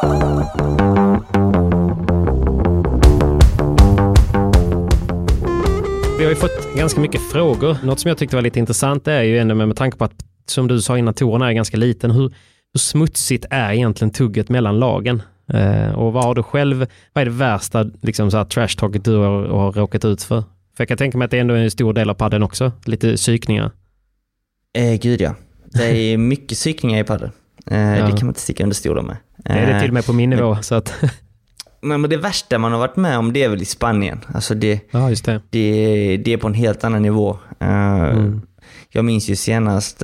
Vi har ju fått ganska mycket frågor. Något som jag tyckte var lite intressant är ju ändå med tanke på att, som du sa innan, touren är ganska liten. Hur smutsigt är egentligen tugget mellan lagen? Och vad har du själv, vad är det värsta liksom, så här, trash-talket du har råkat ut för? För jag kan tänka mig att det ändå är en stor del av padden också. Lite psykningar. Gud ja. Det är mycket psykningar i padden. Det kan man inte sticka under stolen med. Det är det till och med på min nivå. Så att men det värsta man har varit med om, det är väl i Spanien. Alltså just det. Det är på en helt annan nivå. Jag minns ju senast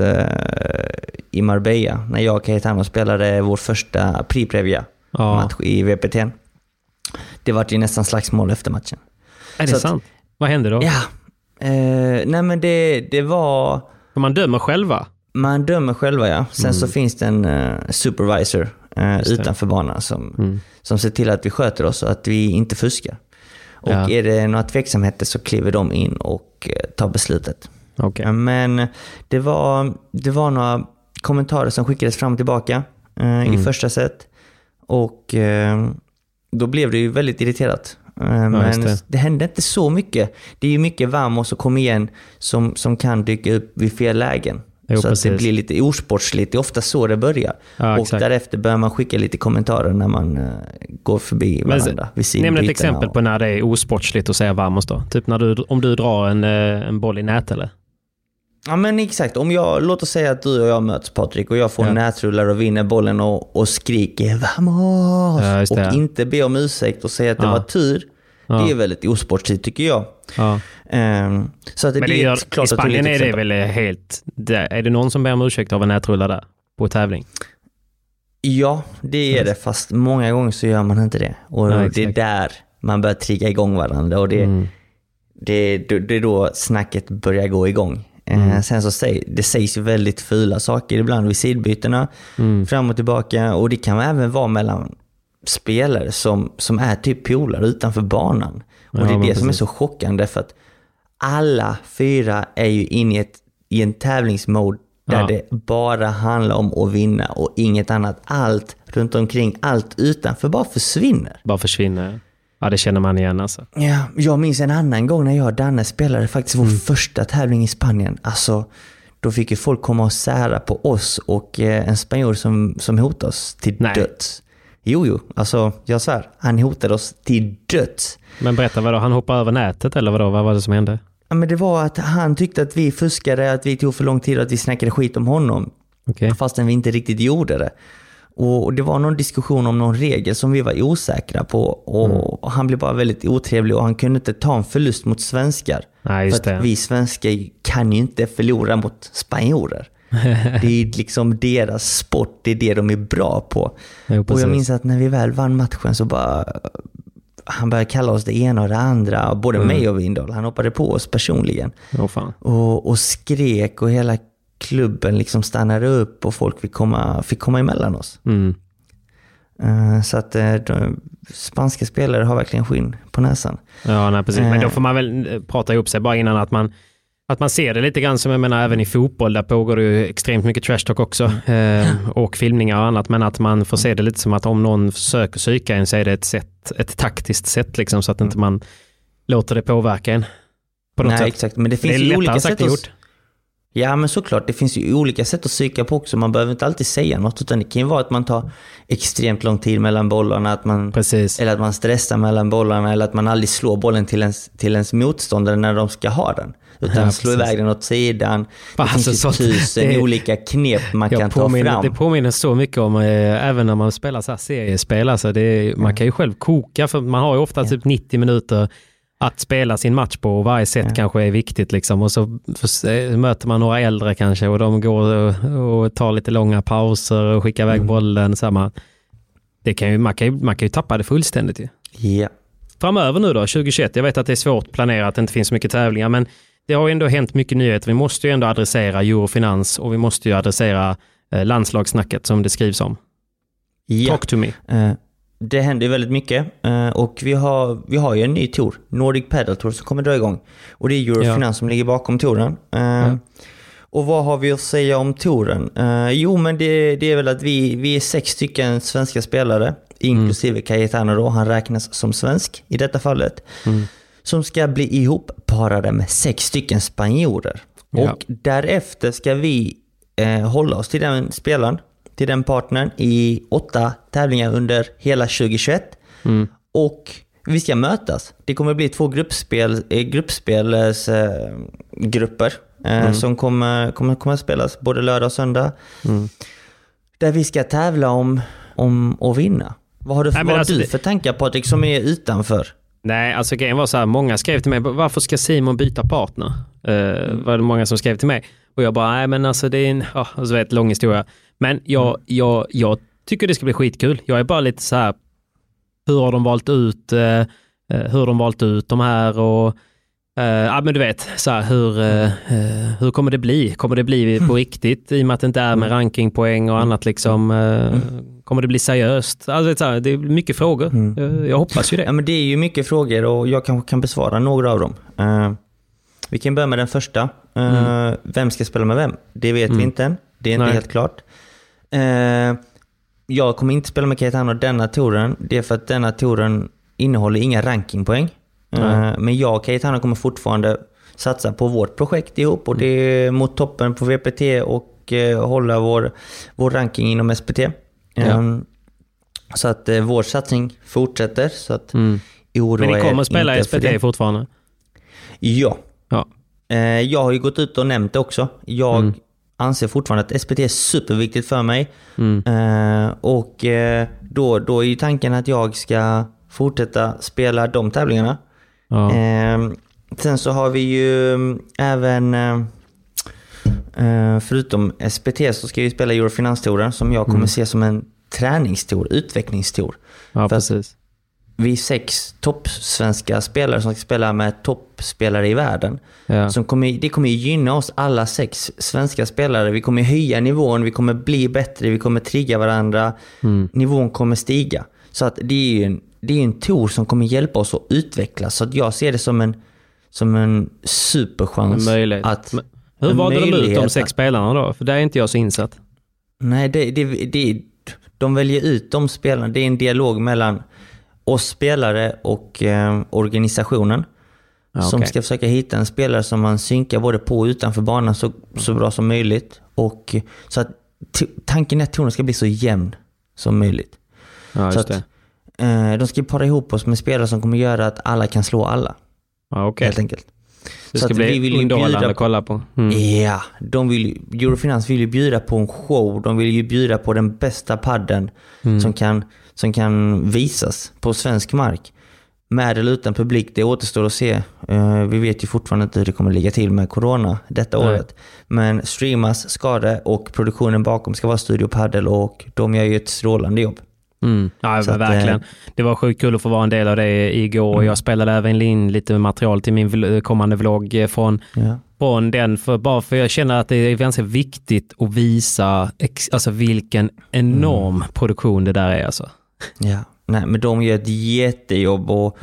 i Marbella när jag och Cayetano spelade vår första Prix-Previa-match i VPT. Det var ju nästan slagsmål efter matchen. Är det sant? Vad hände då? Ja. Nej men det var... Man dömer själva? Man dömer själva, ja. Sen så finns det en supervisor utanför banan som ser till att vi sköter oss och att vi inte fuskar. Och är det några tveksamheter så kliver de in och tar beslutet. Okay. Men det var några kommentarer som skickades fram och tillbaka i första set. Och då blev det ju väldigt irriterat. Men det hände inte så mycket. Det är ju mycket vamos och kom igen som kan dyka upp vid fel lägen. Jo, så precis. Att det blir lite osportsligt. Det är ofta så det börjar. Ja, och exakt. Därefter börjar man skicka lite kommentarer när man går förbi varandra. Nämn ett exempel på när det är osportsligt att säga vamos då. Typ om du drar en boll i nät eller? Ja men exakt. Låt oss säga att du och jag möts, Patrik, och jag får nätrullar och vinner bollen och skriker vamos och inte be om ursäkt och säga att det var tur. Det är väldigt osportsligt tycker jag. Så att det är klart. I Spanien är det väl helt... Är det någon som ber om ursäkt av en nätrulla där på tävling? Ja, det är det. Fast många gånger så gör man inte det. Och det är där man börjar trigga igång varandra. Och det är då snacket börjar gå igång. Sen så det sägs ju väldigt fula saker ibland vid sidbyterna. Fram och tillbaka. Och det kan även vara mellan spelare som är typ polare utanför banan. Och det är det som är så chockande, för att alla fyra är ju inne i en tävlingsmode där det bara handlar om att vinna och inget annat. Allt runt omkring, allt utanför bara försvinner. Ja, det känner man igen alltså. Ja, jag minns en annan gång när jag och Danne spelade faktiskt vår första tävling i Spanien. Alltså, då fick ju folk komma och sära på oss och en spanjor som hotade oss till döds. Jo, alltså jag svär, han hotade oss till döds. Men berätta, vadå? Han hoppade över nätet eller vadå? Vad var det som hände? Ja, men det var att han tyckte att vi fuskade, att vi tog för lång tid och att vi snackade skit om honom. Okay. Fastän vi inte riktigt gjorde det. Och det var någon diskussion om någon regel som vi var osäkra på. Och han blev bara väldigt otrevlig och han kunde inte ta en förlust mot svenskar. Nej, just för att vi svenskar kan ju inte förlora mot spanjorer. Det är liksom deras sport, det är det de är bra på. Jo, och jag minns att när vi väl vann matchen så bara... Han började kalla oss det ena och det andra. Både mig och Windahl. Han hoppade på oss personligen. Fan. Och skrek och hela klubben liksom stannade upp och folk fick komma emellan oss. Så att spanska spelare har verkligen skinn på näsan. Ja, nej, precis. Men då får man väl prata ihop sig bara innan att man ser det lite grann som, jag menar, även i fotboll där pågår det ju extremt mycket trash talk också och filmningar och annat, men att man får se det lite som att om någon försöker psyka en så är det ett taktiskt sätt liksom, så att inte man låter det påverka en på något sätt. Exakt, men det finns ju olika sätt att... Ja, men såklart, det finns ju olika sätt att psyka på också. Man behöver inte alltid säga något, utan det kan ju vara att man tar extremt lång tid mellan bollarna, eller att man stressar mellan bollarna, eller att man aldrig slår bollen till ens motståndare när de ska ha den, utan slår iväg den åt sidan. Det finns ju 1000 olika knep man kan ta fram. Det påminner så mycket om, även när man spelar så här seriespel, alltså man kan ju själv koka, för man har ju ofta typ 90 minuter att spela sin match på, och varje set kanske är viktigt liksom, och så möter man några äldre kanske och de går och tar lite långa pauser och skickar iväg bollen så man kan ju tappa det fullständigt ju. Ja. Framöver nu då, 2021, jag vet att det är svårt att planera, att det inte finns så mycket tävlingar, men det har ju ändå hänt mycket nyheter. Vi måste ju ändå adressera Eurofinans och vi måste ju adressera landslagssnacket som det skrivs om. Ja. Talk to me. Det händer ju väldigt mycket och vi har ju en ny tour, Nordic Padel Tour, som kommer dra igång. Och det är Eurofinans som ligger bakom touren. Och vad har vi att säga om touren? Jo, men det är väl att vi är 6 stycken svenska spelare, inklusive Cayetano då, han räknas som svensk i detta fallet, som ska bli ihop parade med 6 stycken spanjorer. Och därefter ska vi hålla oss till den spelaren, till den partnern i 8 tävlingar under hela 2021. Och vi ska mötas. Det kommer bli 2 gruppspelsgrupper som kommer att spelas både lördag och söndag. Där vi ska tävla om att vinna. Vad har du för tankar, Patrik, som är utanför? Nej, alltså grejen var så här, många skrev till mig, varför ska Simon byta partner? Var det många som skrev till mig. Och jag bara, nej men alltså det är en lång historia. Men jag tycker det ska bli skitkul. Jag är bara lite så här, hur har de valt ut de här, och men du vet så här, hur kommer det bli? Kommer det bli på riktigt, i och med att det inte är med rankingpoäng och annat liksom? Kommer det bli seriöst? Alltså så här, det är mycket frågor. Jag hoppas ju det. Ja, men det är ju mycket frågor och jag kanske kan besvara några av dem. Vi kan börja med den första. Vem ska spela med vem? Det vet vi inte än. Det är inte helt klart. Jag kommer inte spela med Cayetano denna touren. Det är för att denna touren innehåller inga rankingpoäng. Men jag och Cayetano kommer fortfarande satsa på vårt projekt ihop. Och det är mot toppen på VPT och hålla vår ranking inom SPT. Så att vår satsning fortsätter. Så att men ni kommer att spela i SPT fortfarande? Ja. Jag har ju gått ut och nämnt det också. Jag anser fortfarande att SPT är superviktigt för mig. Och då är ju tanken att jag ska fortsätta spela de tävlingarna. Sen så har vi ju även förutom SPT så ska vi spela Eurofinans-touren, som jag kommer se som en träningstour, utvecklingstour. Ja, precis. Vi är 6 toppsvenska spelare som ska spela med toppspelare i världen. Det kommer ju gynna oss alla 6 svenska spelare. Vi kommer höja nivån, vi kommer bli bättre, vi kommer trigga varandra. Nivån kommer stiga. Så att det är en tour som kommer hjälpa oss att utvecklas. Så att jag ser det som en superchans. Hur valde de ut de 6 spelarna då? För där är inte jag så insatt. Nej, de väljer ut de spelarna. Det är en dialog mellan oss spelare och organisationen som ska försöka hitta en spelare som man synkar både på och utanför banan så bra som möjligt. Och så att tanken är att touren ska bli så jämn som möjligt. Ja, just så att de ska para ihop oss med spelare som kommer göra att alla kan slå alla. Ja, okay. Helt enkelt. Det ska bli underhållande att kolla på. Ja, Eurofinans vill ju bjuda på en show. De vill ju bjuda på den bästa padden som kan visas på svensk mark. Med eller utan publik, det återstår att se. Vi vet ju fortfarande inte hur det kommer ligga till med corona detta året. Men streamas ska det, och produktionen bakom ska vara Studio Padel, och de gör ju ett strålande jobb. Ja, verkligen. Det var sjukt kul att få vara en del av det igår. Jag spelade även in lite material till min kommande vlogg från den, för jag känner att det är ganska viktigt att visa alltså vilken enorm produktion det där är alltså. Ja. Nej, men de gör ett jättejobb, och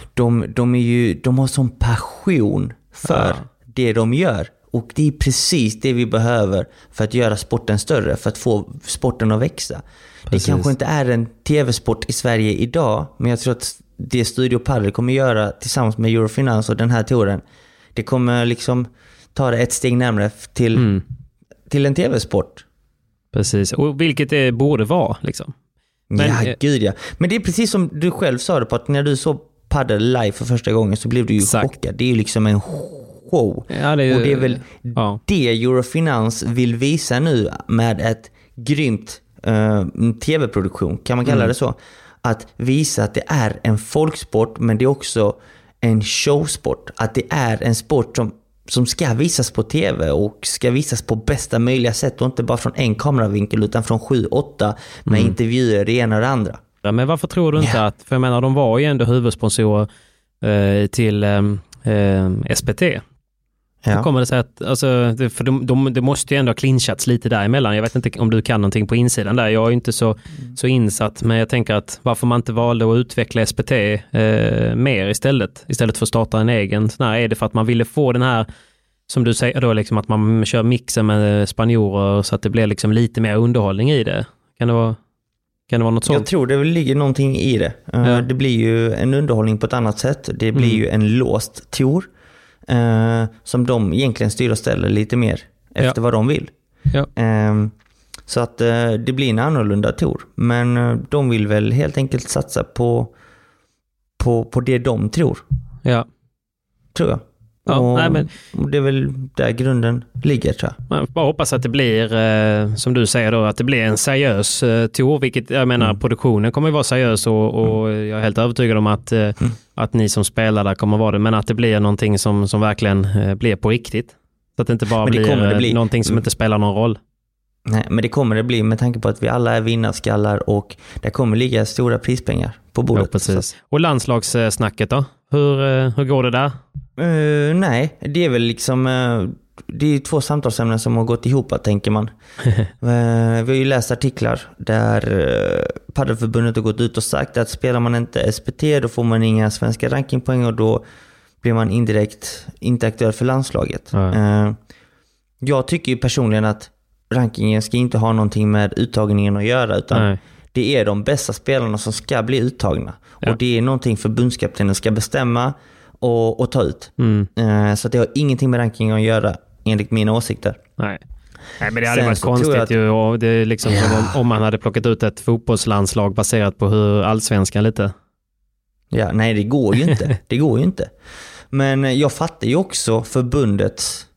de har sån passion för det de gör, och det är precis det vi behöver för att göra sporten större, för att få sporten att växa. Precis. Det kanske inte är en tv-sport i Sverige idag, men jag tror att det Studio Padel kommer göra tillsammans med Eurofinans och den här touren, det kommer liksom ta det ett steg närmare till en tv-sport. Precis, och vilket det borde vara liksom. Men, gud ja. Men det är precis som du själv sa det, på att när du såg padel live för första gången så blev du ju chockad. Det är ju liksom en show. Ja, och det är väl det Eurofinans vill visa nu med ett grymt tv-produktion, kan man kalla det så. Att visa att det är en folksport, men det är också en showsport. Att det är en sport som ska visas på tv och ska visas på bästa möjliga sätt, och inte bara från en kameravinkel utan från 7-8 med intervjuer, det ena och det andra. Ja, men varför tror du inte att, för jag menar, de var ju ändå huvudsponsorer till SPT. Hur kommer det sig att, alltså, för det måste ju ändå ha clinchats lite däremellan. Jag vet inte om du kan någonting på insidan där. Jag är inte så insatt, men jag tänker att varför man inte valde att utveckla SPT mer istället för att starta en egen sån här, är det för att man ville få den här, som du säger då, liksom att man kör mixen med spanjorer så att det blir liksom lite mer underhållning i det. Kan det vara något sånt? Jag tror det ligger någonting i det. Det blir ju en underhållning på ett annat sätt. Det blir ju en låst tour. Som de egentligen styr och ställer lite mer efter vad de vill. Så att det blir en annorlunda tour. Men de vill väl helt enkelt satsa på det de tror. Ja. Tror jag. Och det är väl där grunden ligger, tror jag. Man bara hoppas att det blir, som du säger då, att det blir en seriös tour, vilket jag menar, produktionen kommer att vara seriös, och jag är helt övertygad om att ni som spelar där kommer att vara det, men att det blir någonting som verkligen blir på riktigt. Så att det inte bara blir någonting som inte spelar någon roll. Nej, men det kommer det bli, med tanke på att vi alla är vinnarskallar, och det kommer ligga stora prispengar på bordet. Ja, precis. Och landslagssnacket då? Hur går det där? Nej, det är väl liksom det är 2 samtalsämnen som har gått ihop, tänker man. Vi har ju läst artiklar där Padelförbundet har gått ut och sagt att spelar man inte SPT, då får man inga svenska rankingpoäng, och då blir man indirekt inte aktuell för landslaget. Jag tycker ju personligen att rankingen ska inte ha någonting med uttagningen att göra, utan det är de bästa spelarna som ska bli uttagna. Och det är någonting förbundskaptenen ska bestämma och ta ut. Så det har ingenting med rankingen att göra, enligt mina åsikter. Nej, men det hade varit konstigt ju, och det är liksom som om man hade plockat ut ett fotbollslandslag baserat på hur allsvenskan lite. Ja, nej, det går ju inte. Det går ju inte. Men jag fattar ju också förbundets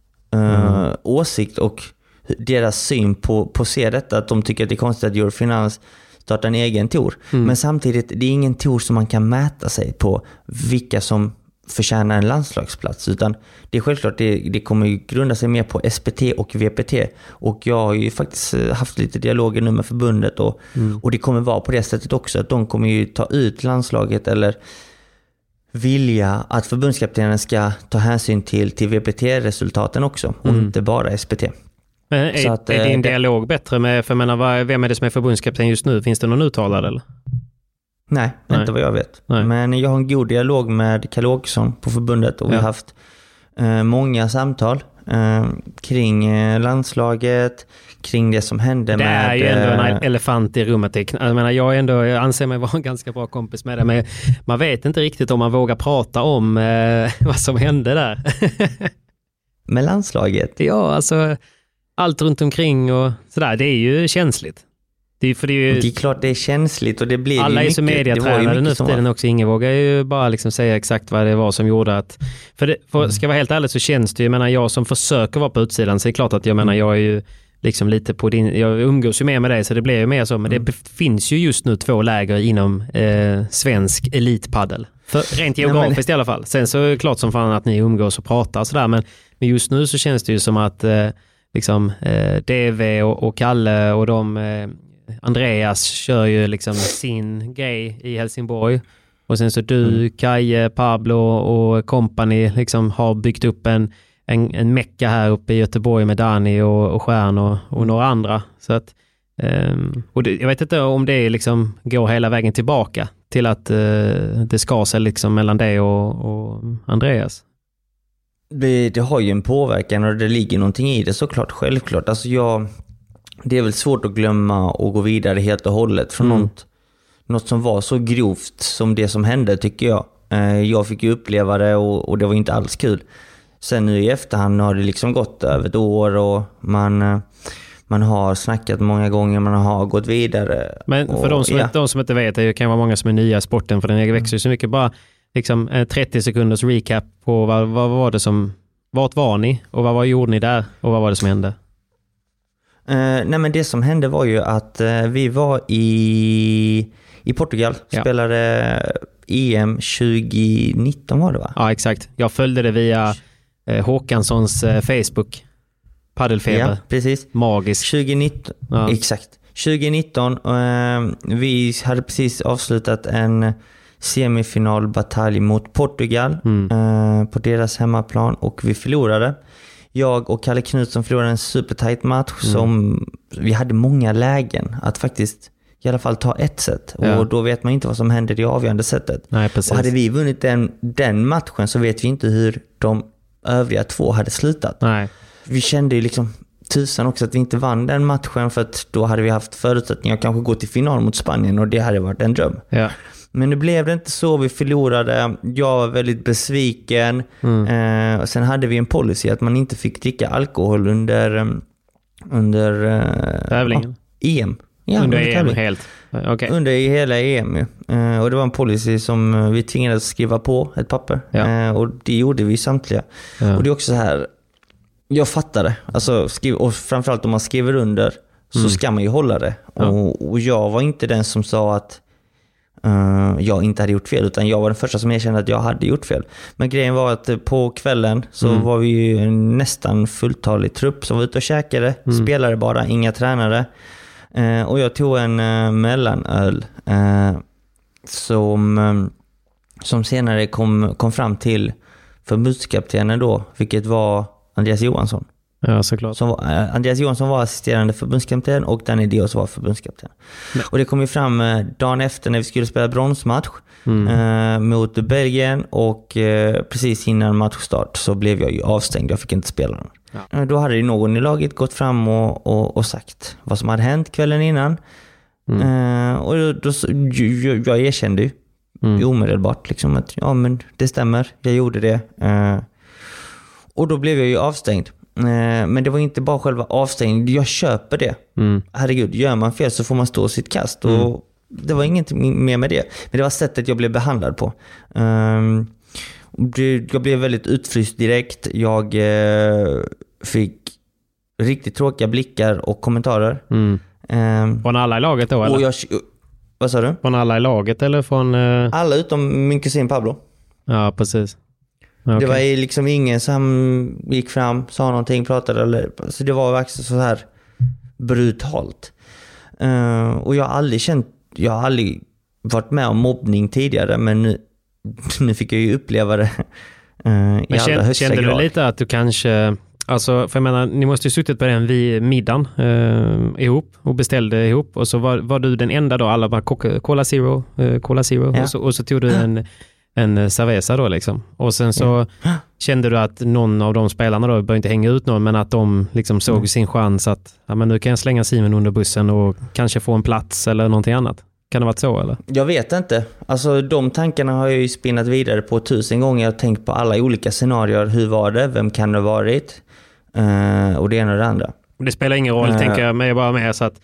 åsikt och deras syn på se detta, att de tycker att det är konstigt att Eurofinans startar en egen tour. Men samtidigt, det är ingen tour som man kan mäta sig på vilka som förtjänar en landslagsplats, utan det är självklart det kommer ju grunda sig mer på SPT och VPT, och jag har ju faktiskt haft lite dialoger nu med förbundet, och det kommer vara på det sättet också, att de kommer ju ta ut landslaget, eller vilja att förbundskaptenen ska ta hänsyn till VPT-resultaten också, och inte bara SPT. Men är din dialog bättre med, för jag menar, vem är det som är förbundskapten just nu? Finns det någon uttalad eller? Nej, inte vad jag vet. Nej. Men jag har en god dialog med Kalle Åkesson på förbundet, och vi har haft många samtal kring landslaget, kring det som hände det med... Det är ju ändå en elefant i rummet. Jag menar, jag anser mig vara en ganska bra kompis med det, men man vet inte riktigt om man vågar prata om vad som hände där. Med landslaget? Ja, alltså allt runt omkring och sådär, det är ju känsligt. Det är klart det är känsligt och det blir alla ju är så mediatränade nu för tiden också. Ingen vågar ju bara liksom säga exakt vad det var som gjorde att... Ska jag vara helt ärlig så känns det ju, jag som försöker vara på utsidan, så är det klart att jag är ju liksom lite på jag umgås ju mer med dig, så det blir ju mer så, men det finns ju just nu 2 läger inom svensk elitpaddel. Rent geografiskt i alla fall. Sen så är det klart som fan att ni umgås och pratar och sådär, men just nu så känns det ju som att DV och Kalle och Andreas kör ju liksom sin grej i Helsingborg, och sen så du, Kaje, Pablo och company liksom har byggt upp en mecka här uppe i Göteborg med Dani och Stjärn och några andra. Så att, jag vet inte om det liksom går hela vägen tillbaka till att det ska sig liksom mellan dig och Andreas. Det har ju en påverkan och det ligger någonting i det, såklart, självklart. Alltså det är väl svårt att glömma och gå vidare helt och hållet från något som var så grovt som det som hände, tycker jag. Jag fick ju uppleva det och det var inte alls kul. Sen nu i efterhand har det liksom gått över ett år och man har snackat många gånger, man har gått vidare. Men för de som inte vet, det kan vara många som är nya i sporten, för den växer ju så mycket. Bara liksom 30 sekunders recap på vad var det som... Vart var ni och vad gjorde ni där och vad var det som hände? Nej, men det som hände var ju att vi var i Portugal, spelade EM 2019 var det, va? Ja, exakt. Jag följde det via Håkanssons Facebook. Paddelfeber. Ja, precis. Magisk. 2019, ja. Exakt. 2019, vi hade precis avslutat en semifinalbatalj mot Portugal på deras hemmaplan, och vi förlorade. Jag och Kalle Knutsson förlorade en supertight match som vi hade många lägen att faktiskt i alla fall ta ett set. Och då vet man inte vad som händer i avgörande sättet. Nej, precis. Och hade vi vunnit den matchen så vet vi inte hur de övriga 2 hade slutat. Nej. Vi kände ju liksom tusan också att vi inte vann den matchen, för att då hade vi haft förutsättningar att kanske gå till final mot Spanien, och det hade varit en dröm. Ja. Men nu blev det inte så, vi förlorade. Jag var väldigt besviken. Och sen hade vi en policy att man inte fick dricka alkohol under tävlingen. EM. Ja, under EM helt. Okay. Under hela EM. Och det var en policy som vi tvingades skriva på ett papper. Ja. Och det gjorde vi samtliga. Ja. Och det är också så här, jag fattar det. Alltså, och framförallt om man skriver under så ska man ju hålla det. Ja. Och jag var inte den som sa att jag inte hade gjort fel, utan jag var den första som erkände att jag hade gjort fel. Men grejen var att på kvällen så var vi ju nästan fulltalig trupp som var ute och käkade, spelare bara, inga tränare. Och jag tog en mellanöl som senare kom fram till förbundskaptenen då, vilket var Andreas Johansson. Ja, såklart. Andreas Johansson var assisterande förbundskapten och Danny Dios var förbundskapten. Och det kom ju fram dagen efter när vi skulle spela bronsmatch mot Belgien, och precis innan matchstart så blev jag ju avstängd. Jag fick inte spela den. Ja. Då hade ju någon i laget gått fram och sagt vad som hade hänt kvällen innan. Och då jag erkände ju omedelbart liksom att ja, men det stämmer, jag gjorde det. Och då blev jag ju avstängd. Men det var inte bara själva avstängningen. Jag köper det. Herregud, gör man fel så får man stå sitt kast. Och det var ingenting mer med det. Men det var sättet jag blev behandlad på. Jag blev väldigt utfryst direkt. Jag fick riktigt tråkiga blickar och kommentarer. Från alla i laget då, eller? Vad sa du? Från alla i laget eller från... Alla utom min kusin Pablo. Ja, precis. Okay. Det var liksom ingen som gick fram, sa någonting, pratade. Så det var verkligen så här brutalt. Och jag har aldrig varit med om mobbning tidigare, men nu fick jag ju uppleva det i allra högsta grad. Kände du lite att du kanske... Alltså, för jag menar, ni måste ju suttit på den vid middagen ihop och beställde ihop, och så var du den enda då, alla bara Cola Zero ja. och så tog du en cerveza då liksom. Och sen så kände du att någon av de spelarna då började inte hänga ut någon, men att de liksom såg sin chans att ja, men nu kan jag slänga Simon under bussen och kanske få en plats eller någonting annat. Kan det vara så, eller? Jag vet inte. Alltså de tankarna har jag ju spinnat vidare på 1000 gånger. Jag har tänkt på alla olika scenarier. Hur var det? Vem kan det ha varit? Och det ena och det andra. Det spelar ingen roll, tänker jag, men jag bara med så att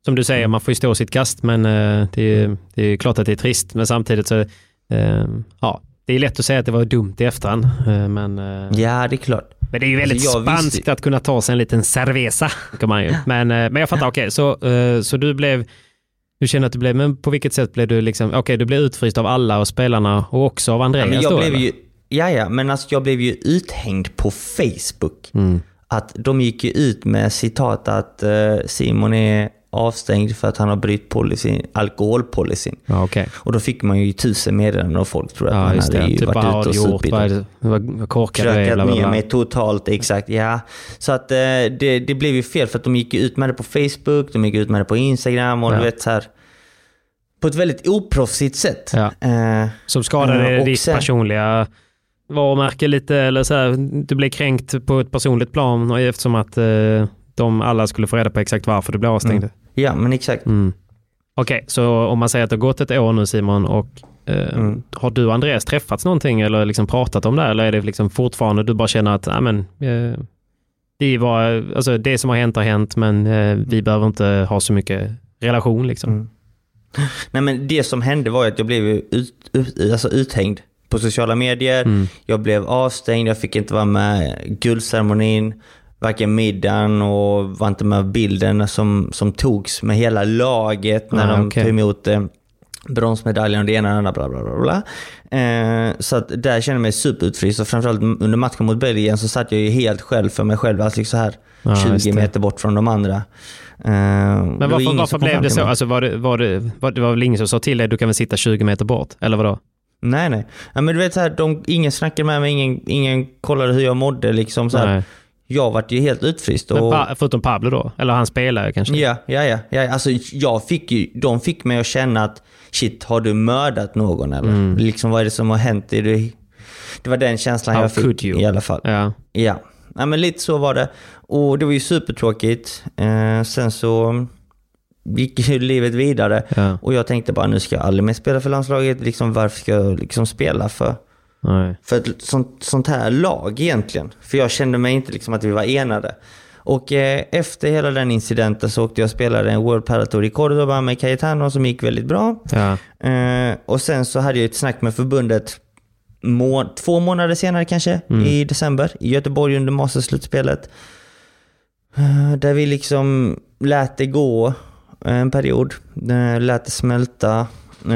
som du säger, man får ju stå sitt kast, men det är klart att det är trist, men samtidigt så det är lätt att säga att det var dumt i efterhand, men ja, det är klart. Men det är ju väldigt spanskt att kunna ta sig en liten cerveza, kan man ju. Men jag fattar, okej. Så du känner att du blev, men på vilket sätt blev du liksom, du blev utfryst av alla och spelarna och också av Andreas men då? Men alltså jag blev ju uthängd på Facebook. Att de gick ju ut med citat att Simon är avstängd för att han har brytt alkoholpolicyn. Ja, okay. Och då fick man ju 1000 meddelanden och folk tror att man hade ju typ varit ute och supit. Krökat ner mig totalt, exakt. Ja. Så att det blev ju fel för att de gick ut med det på Facebook, de gick ut med det på Instagram och du vet så här, på ett väldigt oproffsigt sätt. Ja. Som skadade ditt personliga varumärke lite, eller så här, du blev kränkt på ett personligt plan och eftersom att de alla skulle få reda på exakt varför du blev avstängd. Ja, men exakt. Okej, så om man säger att det har gått ett år nu, Simon, och har du och Andreas träffats någonting eller liksom pratat om det, eller är det liksom fortfarande du bara känner att det som har hänt, men vi behöver inte ha så mycket relation liksom? Nej, men det som hände var att jag blev uthängd på sociala medier. Jag blev avstängd, jag fick inte vara med guldceremonin, varken middagen, och var inte med bilden som togs med hela laget när de tog emot bronsmedaljen och det ena och det andra, bla bla bla bla. Så att där kände jag mig superutfryst, och framförallt under matchen mot Belgien så satt jag ju helt själv för mig själv, alltså så här 20 meter bort från de andra. Men varför blev det så? Alltså var det väl ingen som sa till dig, du kan väl sitta 20 meter bort, eller vadå? Nej. Ja, men du vet så här, ingen snackade med mig, ingen kollade hur jag mådde liksom så här. Jag var ju helt utfryst. Förutom Pablo då? Eller han spelade kanske? Ja. Alltså de fick mig att känna att shit, har du mördat någon eller? Liksom, vad är det som har hänt? Det var den känslan jag fick i alla fall. Ja, men lite så var det. Och det var ju supertråkigt. Sen så gick ju livet vidare. Ja. Och jag tänkte bara, nu ska jag aldrig mer spela för landslaget. Liksom, varför ska jag liksom spela för ett sånt här lag egentligen? För jag kände mig inte liksom att vi var enade. Och efter hela den incidenten så åkte jag och spelade en World Padel Tour i Cordoba med Cayetano som gick väldigt bra. Ja. Och sen så hade jag ett snack med förbundet 2 månader senare kanske, i december, i Göteborg under Masters-slutspelet. Där vi liksom lät det gå en period, lät det smälta.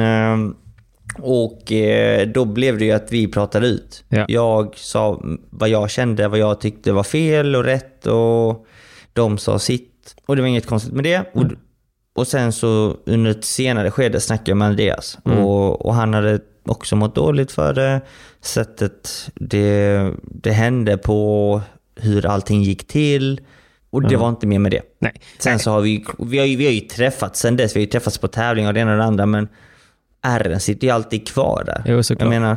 Och då blev det ju att vi pratade ut. Ja. Jag sa vad jag kände, vad jag tyckte var fel och rätt, och de sa sitt. Och det var inget konstigt med det. Och sen så under ett senare skede snackade jag med Andreas. Och han hade också mått dåligt för det sättet det hände på, hur allting gick till. Och det var inte mer med det. Nej. Sen så har vi har ju träffats sen dess. Vi har ju träffats på tävlingar och det ena och det andra, men ärren sitter ju alltid kvar där. Jo, jag menar,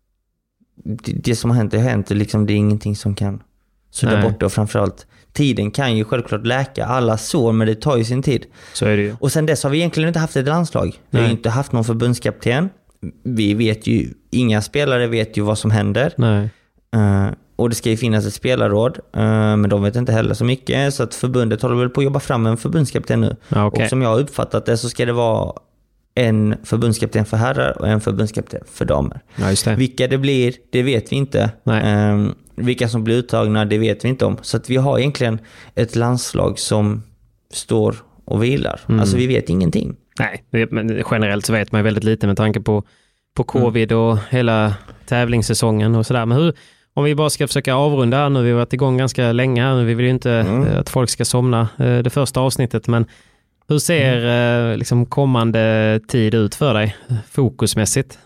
det som har hänt liksom, det är ingenting som kan sudda bort det. Och framförallt, tiden kan ju självklart läka alla sår, men det tar ju sin tid. Så är det ju. Och sen dess har vi egentligen inte haft ett landslag. Vi har ju inte haft någon förbundskapten. Vi vet ju, inga spelare vet ju vad som händer. Nej. Och det ska ju finnas ett spelarråd, men de vet inte heller så mycket. Så att förbundet håller väl på att jobba fram en förbundskapten nu. Och som jag har uppfattat det så ska det vara en förbundskapten för herrar och en förbundskapten för damer. Ja, just det. Vilka det blir, det vet vi inte. Vilka som blir uttagna, det vet vi inte om. Så att vi har egentligen ett landslag som står och vilar. Alltså vi vet ingenting. Nej, men generellt så vet man ju väldigt lite med tanke på covid och hela tävlingssäsongen och sådär. Men om vi bara ska försöka avrunda här nu, vi har varit igång ganska länge här nu, vi vill ju inte att folk ska somna det första avsnittet, men hur ser liksom kommande tid ut för dig fokusmässigt?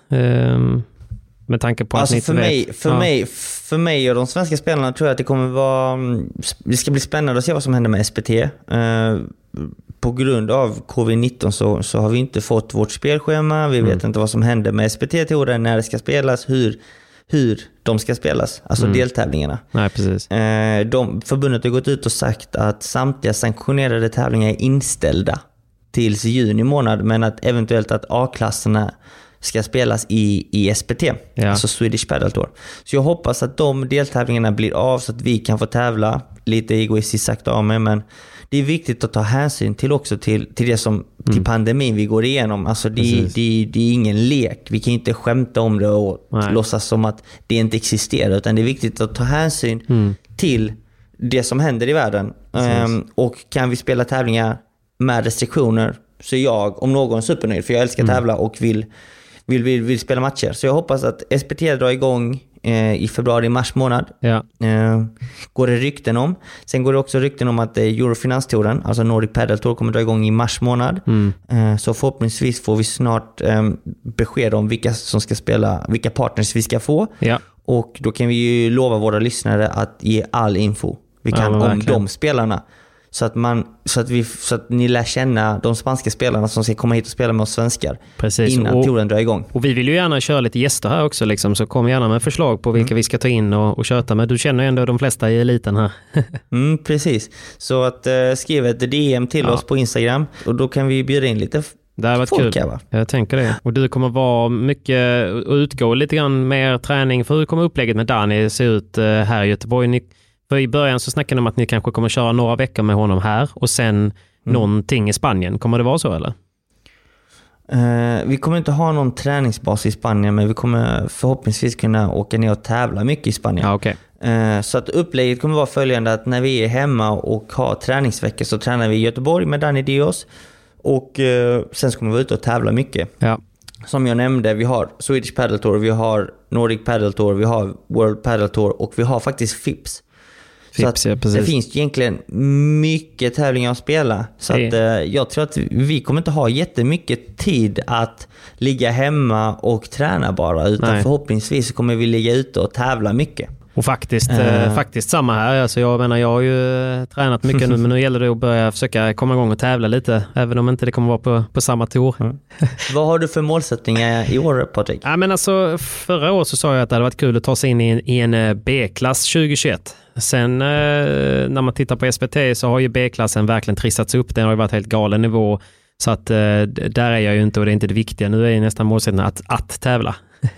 Med tanke på att alltså för mig och de svenska spelarna tror jag att det ska bli spännande att se vad som händer med SPT. På grund av covid-19 så har vi inte fått vårt spelschema. Vi vet inte vad som händer med SPT-touren, när det ska spelas, hur de ska spelas, alltså deltävlingarna. Nej, precis. Förbundet har gått ut och sagt att samtliga sanktionerade tävlingar är inställda tills juni månad, men att eventuellt att A-klasserna ska spelas i SPT, alltså Swedish Padel Tour. Så jag hoppas att de deltävlingarna blir av så att vi kan få tävla. Lite egoistiskt sagt av mig, men det är viktigt att ta hänsyn till också till det som till pandemin vi går igenom. Alltså det är ingen lek. Vi kan inte skämta om det och låtsas som att det inte existerar, utan det är viktigt att ta hänsyn till det som händer i världen. Och kan vi spela tävlingar med restriktioner, så jag om någon supernöjd, för jag älskar tävla och vill spela matcher. Så jag hoppas att SPT drar igång i februari-mars månad. Ja. Går det rykten om. Sen går det också rykten om att Eurofinans-touren, alltså Nordic Padel Tour, kommer dra igång i mars månad. Så förhoppningsvis får vi snart besked om vilka som ska spela, vilka partners vi ska få. Ja. Och då kan vi ju lova våra lyssnare att ge all info vi kan om de spelarna. Så att ni lär känna de spanska spelarna som ska komma hit och spela med oss svenskar. Precis. Innan touren drar igång. Och vi vill ju gärna köra lite gäster här också liksom, så kom gärna med förslag på vilka vi ska ta in och köta med. Du känner ju ändå de flesta i eliten här. Precis. Så att skriv ett DM till oss på Instagram och då kan vi bjöda in lite det har varit folk kul. Här, va? Jag tänker det. Och du kommer vara mycket och utgå lite grann mer träning. För hur kommer upplägget med Dani se ut här i Göteborg? För i början så snackade ni om att ni kanske kommer köra några veckor med honom här och sen någonting i Spanien. Kommer det vara så eller? Vi kommer inte ha någon träningsbas i Spanien, men vi kommer förhoppningsvis kunna åka ner och tävla mycket i Spanien. Ja, okay. Så att upplägget kommer vara följande, att när vi är hemma och har träningsveckor så tränar vi i Göteborg med Dani Dios och sen så kommer vi ut och tävla mycket. Ja. Som jag nämnde, vi har Swedish Padel Tour, vi har Nordic Padel Tour, vi har World Padel Tour och vi har faktiskt FIPS. Så att det finns egentligen mycket tävlingar att spela. Så att, jag tror att vi kommer inte ha jättemycket tid att ligga hemma och träna bara. Utan förhoppningsvis kommer vi ligga ute och tävla mycket. Och faktiskt samma här. Alltså jag menar, jag har ju tränat mycket nu, men nu gäller det att börja försöka komma igång och tävla lite. Även om inte det kommer vara på samma tour. Vad har du för målsättningar i år, Patrik? Ja, men alltså, förra året så sa jag att det hade varit kul att ta sig in i en B-klass 2021. Sen när man tittar på SPT så har ju B-klassen verkligen trissats upp. Den har ju varit helt galen nivå. Så att där är jag ju inte, och det är inte det viktiga. Nu är ju nästan målsättningen att tävla.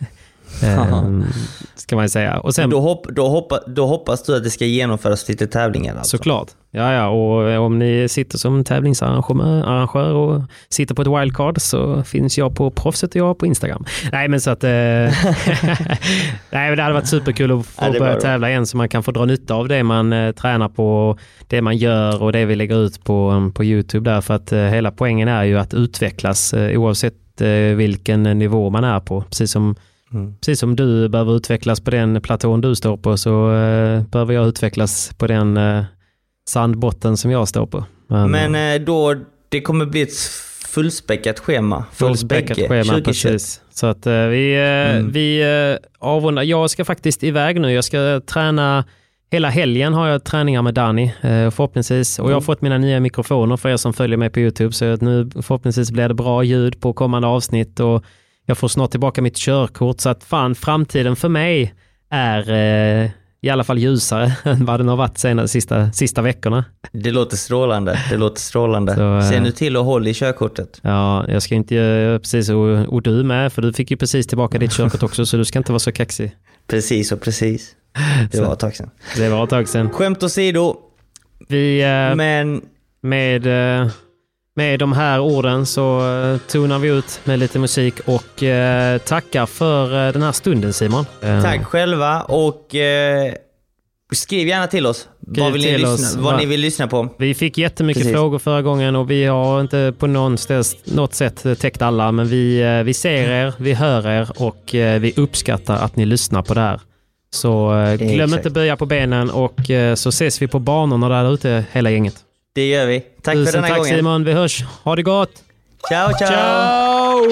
Ska man säga. Och sen, då hoppas du att det ska genomföras lite tävlingar alltså. Såklart. Ja, och om ni sitter som tävlingsarrangör och sitter på ett wildcard så finns jag på Proffset och jag på Instagram. Nej, men så att nej, men det hade varit superkul att få börja tävla igen, så man kan få dra nytta av det man tränar på, det man gör och det vi lägger ut på YouTube där, för att hela poängen är ju att utvecklas oavsett vilken nivå man är på. Precis som du behöver utvecklas på den platån du står på, så behöver jag utvecklas på den sandbotten som jag står på. Men då det kommer bli ett fullspäckat schema. Fullspäckat schema, 2021. Precis. Så att vi avrundar. Jag ska faktiskt iväg nu. Jag ska träna hela helgen, har jag träningar med Dani förhoppningsvis. Och jag har fått mina nya mikrofoner för er som följer mig på YouTube, så att nu förhoppningsvis blir det bra ljud på kommande avsnitt och jag får snart tillbaka mitt körkort, så att framtiden för mig är i alla fall ljusare än vad den har varit sista veckorna. Det låter strålande. Så, se nu till att hålla i körkortet. Ja, jag ska inte göra precis, och du med, för du fick ju precis tillbaka ditt körkort också, så du ska inte vara så kaxig. Precis. Det var ett tag sedan. Skämt åsido. Men med de här orden så tonar vi ut med lite musik och tackar för den här stunden, Simon. Tack själva, och skriv gärna till oss vad ni vill lyssna på. Vi fick jättemycket frågor förra gången och vi har inte på något sätt täckt alla, men vi ser er, vi hör er och vi uppskattar att ni lyssnar på det här. Så glöm inte böja på benen, och så ses vi på banorna där ute hela gänget. Det gör vi. Tack för den här gången. Simon, vi hörs. Ha det gott. Ciao.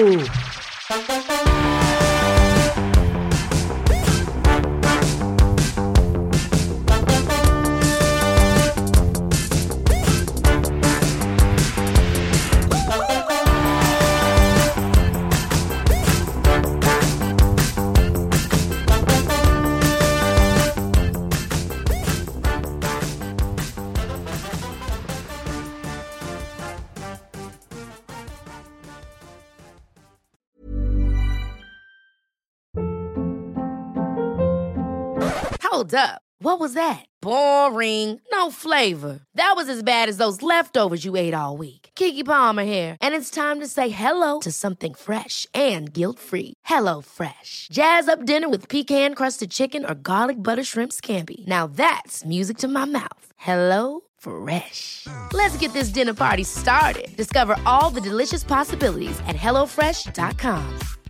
Hold up. What was that? Boring. No flavor. That was as bad as those leftovers you ate all week. Keke Palmer here, and it's time to say hello to something fresh and guilt-free. Hello Fresh. Jazz up dinner with pecan-crusted chicken or garlic butter shrimp scampi. Now that's music to my mouth. Hello Fresh. Let's get this dinner party started. Discover all the delicious possibilities at hellofresh.com.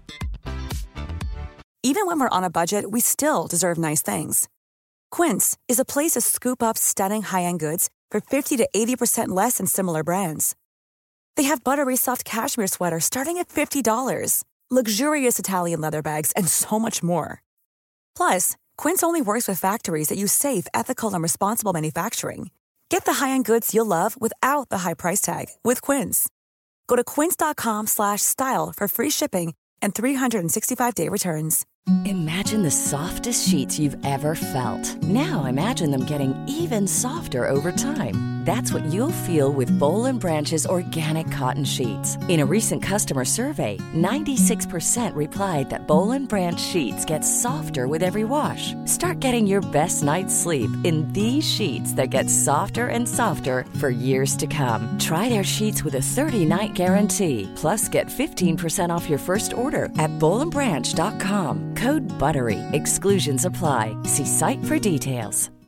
Even when we're on a budget, we still deserve nice things. Quince is a place to scoop up stunning high-end goods for 50 to 80% less than similar brands. They have buttery soft cashmere sweaters starting at $50, luxurious Italian leather bags, and so much more. Plus, Quince only works with factories that use safe, ethical, and responsible manufacturing. Get the high-end goods you'll love without the high price tag with Quince. Go to quince.com/style for free shipping and 365-day returns. Imagine the softest sheets you've ever felt. Now imagine them getting even softer over time. That's what you'll feel with Boll & Branch's organic cotton sheets. In a recent customer survey, 96% replied that Boll & Branch sheets get softer with every wash. Start getting your best night's sleep in these sheets that get softer and softer for years to come. Try their sheets with a 30-night guarantee. Plus, get 15% off your first order at bollandbranch.com. Code BUTTERY. Exclusions apply. See site for details.